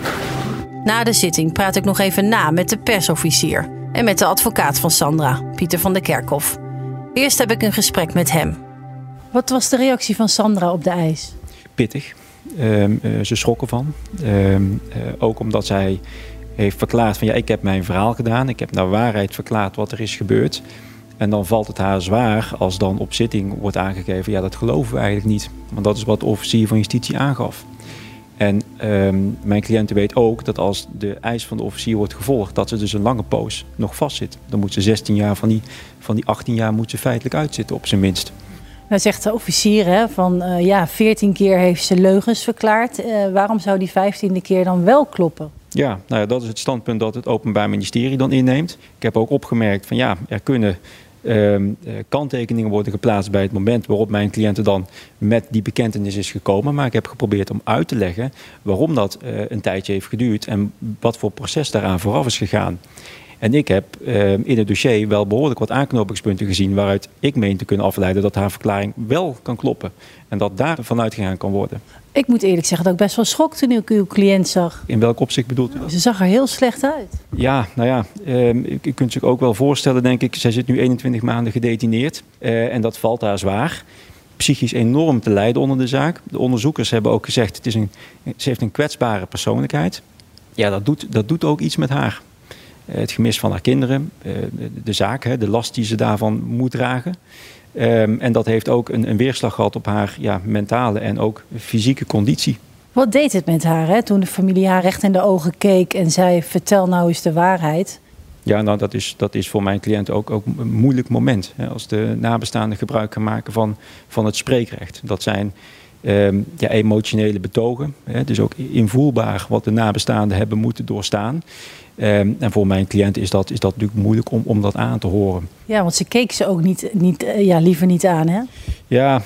Speaker 6: Na de zitting praat ik nog even na met de persofficier. En met de advocaat van Sandra, Pieter van der Kerkhof. Eerst heb ik een gesprek met hem. Wat was de reactie van Sandra op de eis?
Speaker 2: Pittig. Um, uh, ze schrok ervan. Um, uh, ook omdat zij... heeft verklaard van ja, ik heb mijn verhaal gedaan. Ik heb naar waarheid verklaard wat er is gebeurd. En dan valt het haar zwaar als dan op zitting wordt aangegeven... ja, dat geloven we eigenlijk niet. Want dat is wat de officier van justitie aangaf. En um, mijn cliënte weet ook dat als de eis van de officier wordt gevolgd... dat ze dus een lange poos nog vastzit. Dan moet ze zestien jaar van die, van die achttien jaar moet ze feitelijk uitzitten op zijn minst.
Speaker 6: Nou zegt de officier hè, van uh, ja, veertien keer heeft ze leugens verklaard. Uh, waarom zou die vijftiende keer dan wel kloppen?
Speaker 2: Ja, nou ja, dat is het standpunt dat het Openbaar Ministerie dan inneemt. Ik heb ook opgemerkt van ja, er kunnen uh, uh, kanttekeningen worden geplaatst bij het moment waarop mijn cliënte dan met die bekentenis is gekomen. Maar ik heb geprobeerd om uit te leggen waarom dat uh, een tijdje heeft geduurd en wat voor proces daaraan vooraf is gegaan. En ik heb uh, in het dossier wel behoorlijk wat aanknopingspunten gezien waaruit ik meen te kunnen afleiden dat haar verklaring wel kan kloppen. En dat daar vanuit gegaan kan worden.
Speaker 6: Ik moet eerlijk zeggen dat ik best wel schok toen ik uw cliënt zag.
Speaker 2: In welk opzicht bedoelt u dat?
Speaker 6: Ze zag er heel slecht uit.
Speaker 2: Ja, nou ja, uh, u kunt zich ook wel voorstellen, denk ik. Zij zit nu eenentwintig maanden gedetineerd uh, en dat valt haar zwaar. Psychisch enorm te lijden onder de zaak. De onderzoekers hebben ook gezegd, het is een, ze heeft een kwetsbare persoonlijkheid. Ja, dat doet, dat doet ook iets met haar. Het gemis van haar kinderen, de zaak, de last die ze daarvan moet dragen. En dat heeft ook een, een weerslag gehad op haar ja, mentale en ook fysieke conditie.
Speaker 6: Wat deed het met haar hè, toen de familie haar recht in de ogen keek en zei: vertel nou eens de waarheid?
Speaker 2: Ja, nou, dat is, dat is voor mijn cliënt ook, ook een moeilijk moment. Hè, als de nabestaanden gebruik gaan maken van, van het spreekrecht. Dat zijn Um, ja, emotionele betogen. Hè, dus ook invoelbaar wat de nabestaanden hebben moeten doorstaan. Um, en voor mijn cliënt is dat, is dat natuurlijk moeilijk om, om dat aan te horen.
Speaker 6: Ja, want ze keek ze ook niet, niet, ja, liever niet aan, hè?
Speaker 2: Ja,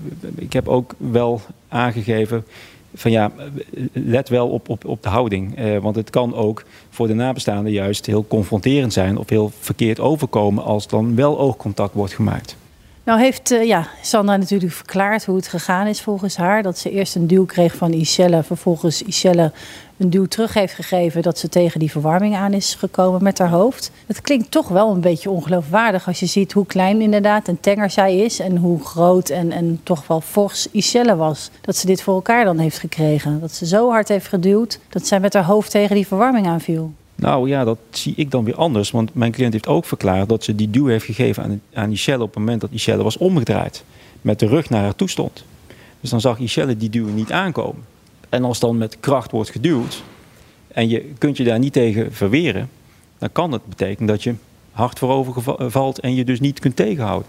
Speaker 2: ik heb ook wel aangegeven van ja, let wel op, op, op de houding. Uh, want het kan ook voor de nabestaanden juist heel confronterend zijn of heel verkeerd overkomen als dan wel oogcontact wordt gemaakt.
Speaker 6: Nou heeft uh, ja, Sandra natuurlijk verklaard hoe het gegaan is volgens haar. Dat ze eerst een duw kreeg van Ishelle. Vervolgens Ishelle een duw terug heeft gegeven dat ze tegen die verwarming aan is gekomen met haar hoofd. Het klinkt toch wel een beetje ongeloofwaardig als je ziet hoe klein inderdaad en tenger zij is. En hoe groot en, en toch wel fors Ishelle was. Dat ze dit voor elkaar dan heeft gekregen. Dat ze zo hard heeft geduwd dat zij met haar hoofd tegen die verwarming aanviel.
Speaker 2: Nou ja, dat zie ik dan weer anders. Want mijn cliënt heeft ook verklaard dat ze die duw heeft gegeven aan, aan Ishelle op het moment dat Ishelle was omgedraaid. Met de rug naar haar toe stond. Dus dan zag Ishelle die duw niet aankomen. En als dan met kracht wordt geduwd en je kunt je daar niet tegen verweren, dan kan het betekenen dat je hard voorover valt en je dus niet kunt tegenhouden.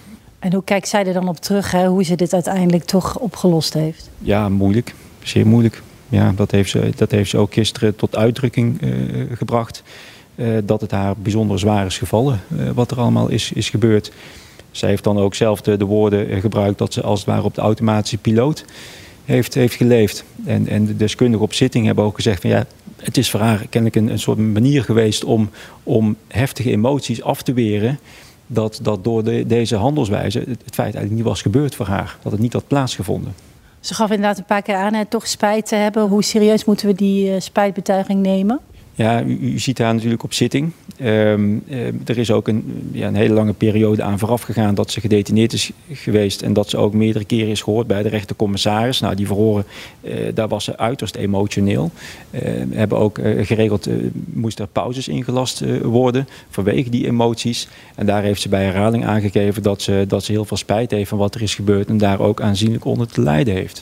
Speaker 6: En hoe kijkt zij er dan op terug, hè? Hoe ze dit uiteindelijk toch opgelost heeft?
Speaker 2: Ja, moeilijk. Zeer moeilijk. Ja, dat heeft ze, dat heeft ze ook gisteren tot uitdrukking uh, gebracht. Uh, dat het haar bijzonder zwaar is gevallen, uh, wat er allemaal is, is gebeurd. Zij heeft dan ook zelf de, de woorden uh, gebruikt dat ze als het ware op de automatische piloot heeft, heeft geleefd. En, en de deskundigen op zitting hebben ook gezegd van ja, het is voor haar kennelijk een, een soort manier geweest om, om heftige emoties af te weren. Dat, dat door de, deze handelswijze het, het feit eigenlijk niet was gebeurd voor haar. Dat het niet had plaatsgevonden.
Speaker 6: Ze gaf inderdaad een paar keer aan hè, toch spijt te hebben. Hoe serieus moeten we die uh, spijtbetuiging nemen?
Speaker 2: Ja, u, u ziet haar natuurlijk op zitting. Um, uh, er is ook een, ja, een hele lange periode aan vooraf gegaan dat ze gedetineerd is geweest. En dat ze ook meerdere keren is gehoord bij de rechtercommissaris. Nou, die verhoren, uh, daar was ze uiterst emotioneel. Uh, hebben ook uh, geregeld, uh, moest er pauzes ingelast uh, worden vanwege die emoties. En daar heeft ze bij herhaling aangegeven dat ze, dat ze heel veel spijt heeft van wat er is gebeurd. En daar ook aanzienlijk onder te lijden heeft.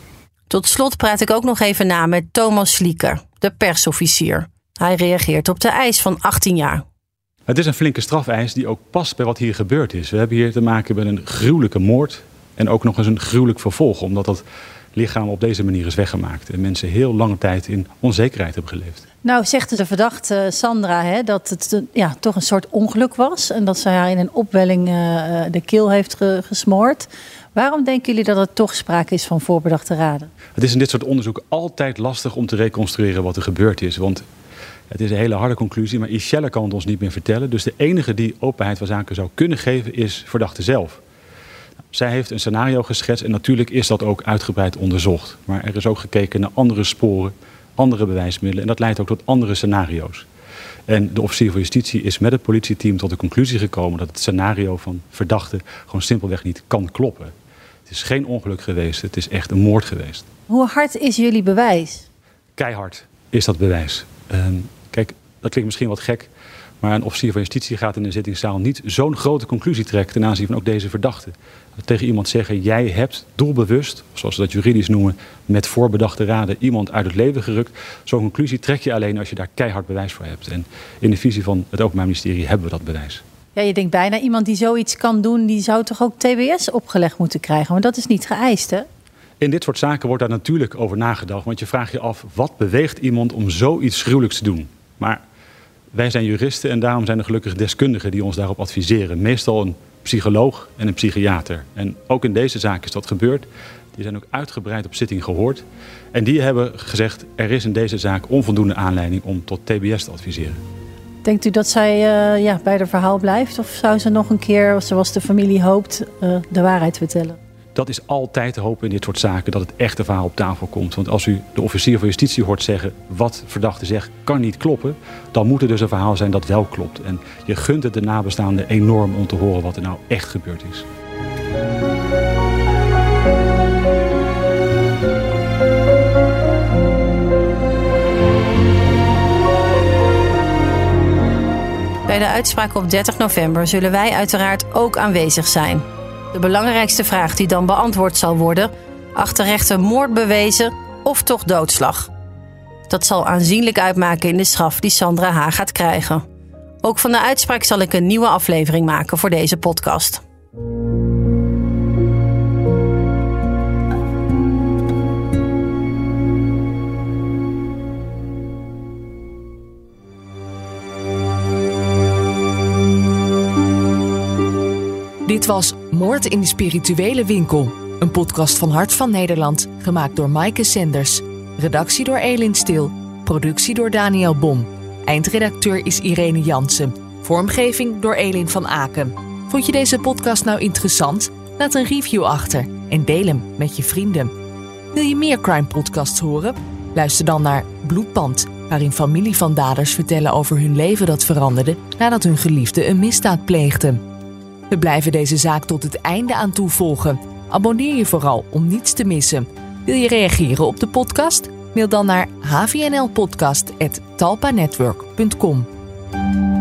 Speaker 6: Tot slot praat ik ook nog even na met Thomas Slieker, de persofficier. Hij reageert op de eis van achttien jaar.
Speaker 7: Het is een flinke strafeis die ook past bij wat hier gebeurd is. We hebben hier te maken met een gruwelijke moord en ook nog eens een gruwelijk vervolg. Omdat dat lichaam op deze manier is weggemaakt. En mensen heel lange tijd in onzekerheid hebben geleefd.
Speaker 6: Nou zegt de verdachte Sandra hè, dat het ja, toch een soort ongeluk was. En dat zij haar in een opwelling uh, de keel heeft ge- gesmoord. Waarom denken jullie dat er toch sprake is van voorbedachte raden?
Speaker 7: Het is in dit soort onderzoek altijd lastig om te reconstrueren wat er gebeurd is. Want het is een hele harde conclusie, maar Ishelle kan het ons niet meer vertellen. Dus de enige die openheid van zaken zou kunnen geven is verdachte zelf. Nou, zij heeft een scenario geschetst en natuurlijk is dat ook uitgebreid onderzocht. Maar er is ook gekeken naar andere sporen, andere bewijsmiddelen en dat leidt ook tot andere scenario's. En de officier van justitie is met het politieteam tot de conclusie gekomen dat het scenario van verdachte gewoon simpelweg niet kan kloppen. Het is geen ongeluk geweest, het is echt een moord geweest.
Speaker 6: Hoe hard is jullie bewijs?
Speaker 7: Keihard is dat bewijs. Um, kijk, dat klinkt misschien wat gek, maar een officier van justitie gaat in een zittingszaal niet zo'n grote conclusie trekken ten aanzien van ook deze verdachte. Tegen iemand zeggen, jij hebt doelbewust, zoals ze dat juridisch noemen, met voorbedachte raden iemand uit het leven gerukt. Zo'n conclusie trek je alleen als je daar keihard bewijs voor hebt. En in de visie van het Openbaar Ministerie hebben we dat bewijs.
Speaker 6: Ja, je denkt bijna iemand die zoiets kan doen, die zou toch ook T B S opgelegd moeten krijgen. Maar dat is niet geëist, hè?
Speaker 7: In dit soort zaken wordt daar natuurlijk over nagedacht. Want je vraagt je af, wat beweegt iemand om zoiets gruwelijks te doen? Maar wij zijn juristen en daarom zijn er gelukkig deskundigen die ons daarop adviseren. Meestal een psycholoog en een psychiater. En ook in deze zaak is dat gebeurd. Die zijn ook uitgebreid op zitting gehoord. En die hebben gezegd, er is in deze zaak onvoldoende aanleiding om tot T B S te adviseren.
Speaker 6: Denkt u dat zij uh, ja, bij haar verhaal blijft? Of zou ze nog een keer, zoals de familie hoopt, uh, de waarheid vertellen?
Speaker 7: Dat is altijd te hopen in dit soort zaken, dat het echte verhaal op tafel komt. Want als u de officier van justitie hoort zeggen, wat verdachte zegt kan niet kloppen, dan moet er dus een verhaal zijn dat wel klopt. En je gunt het de nabestaanden enorm om te horen wat er nou echt gebeurd is.
Speaker 6: Bij de uitspraak op dertig november zullen wij uiteraard ook aanwezig zijn. De belangrijkste vraag die dan beantwoord zal worden: achter rechter moord bewezen of toch doodslag? Dat zal aanzienlijk uitmaken in de straf die Sandra H. gaat krijgen. Ook van de uitspraak zal ik een nieuwe aflevering maken voor deze podcast.
Speaker 5: Dit was Moord in de Spirituele Winkel. Een podcast van Hart van Nederland, gemaakt door Maaike Senders. Redactie door Elin Stil. Productie door Daniel Bom. Eindredacteur is Irene Jansen. Vormgeving door Elin van Aken. Vond je deze podcast nou interessant? Laat een review achter en deel hem met je vrienden. Wil je meer crime podcasts horen? Luister dan naar Bloedband, waarin familie van daders vertellen over hun leven dat veranderde nadat hun geliefde een misdaad pleegde. We blijven deze zaak tot het einde aan toe volgen. Abonneer je vooral om niets te missen. Wil je reageren op de podcast? Mail dan naar h v n l podcast apenstaartje talpanetwork punt com.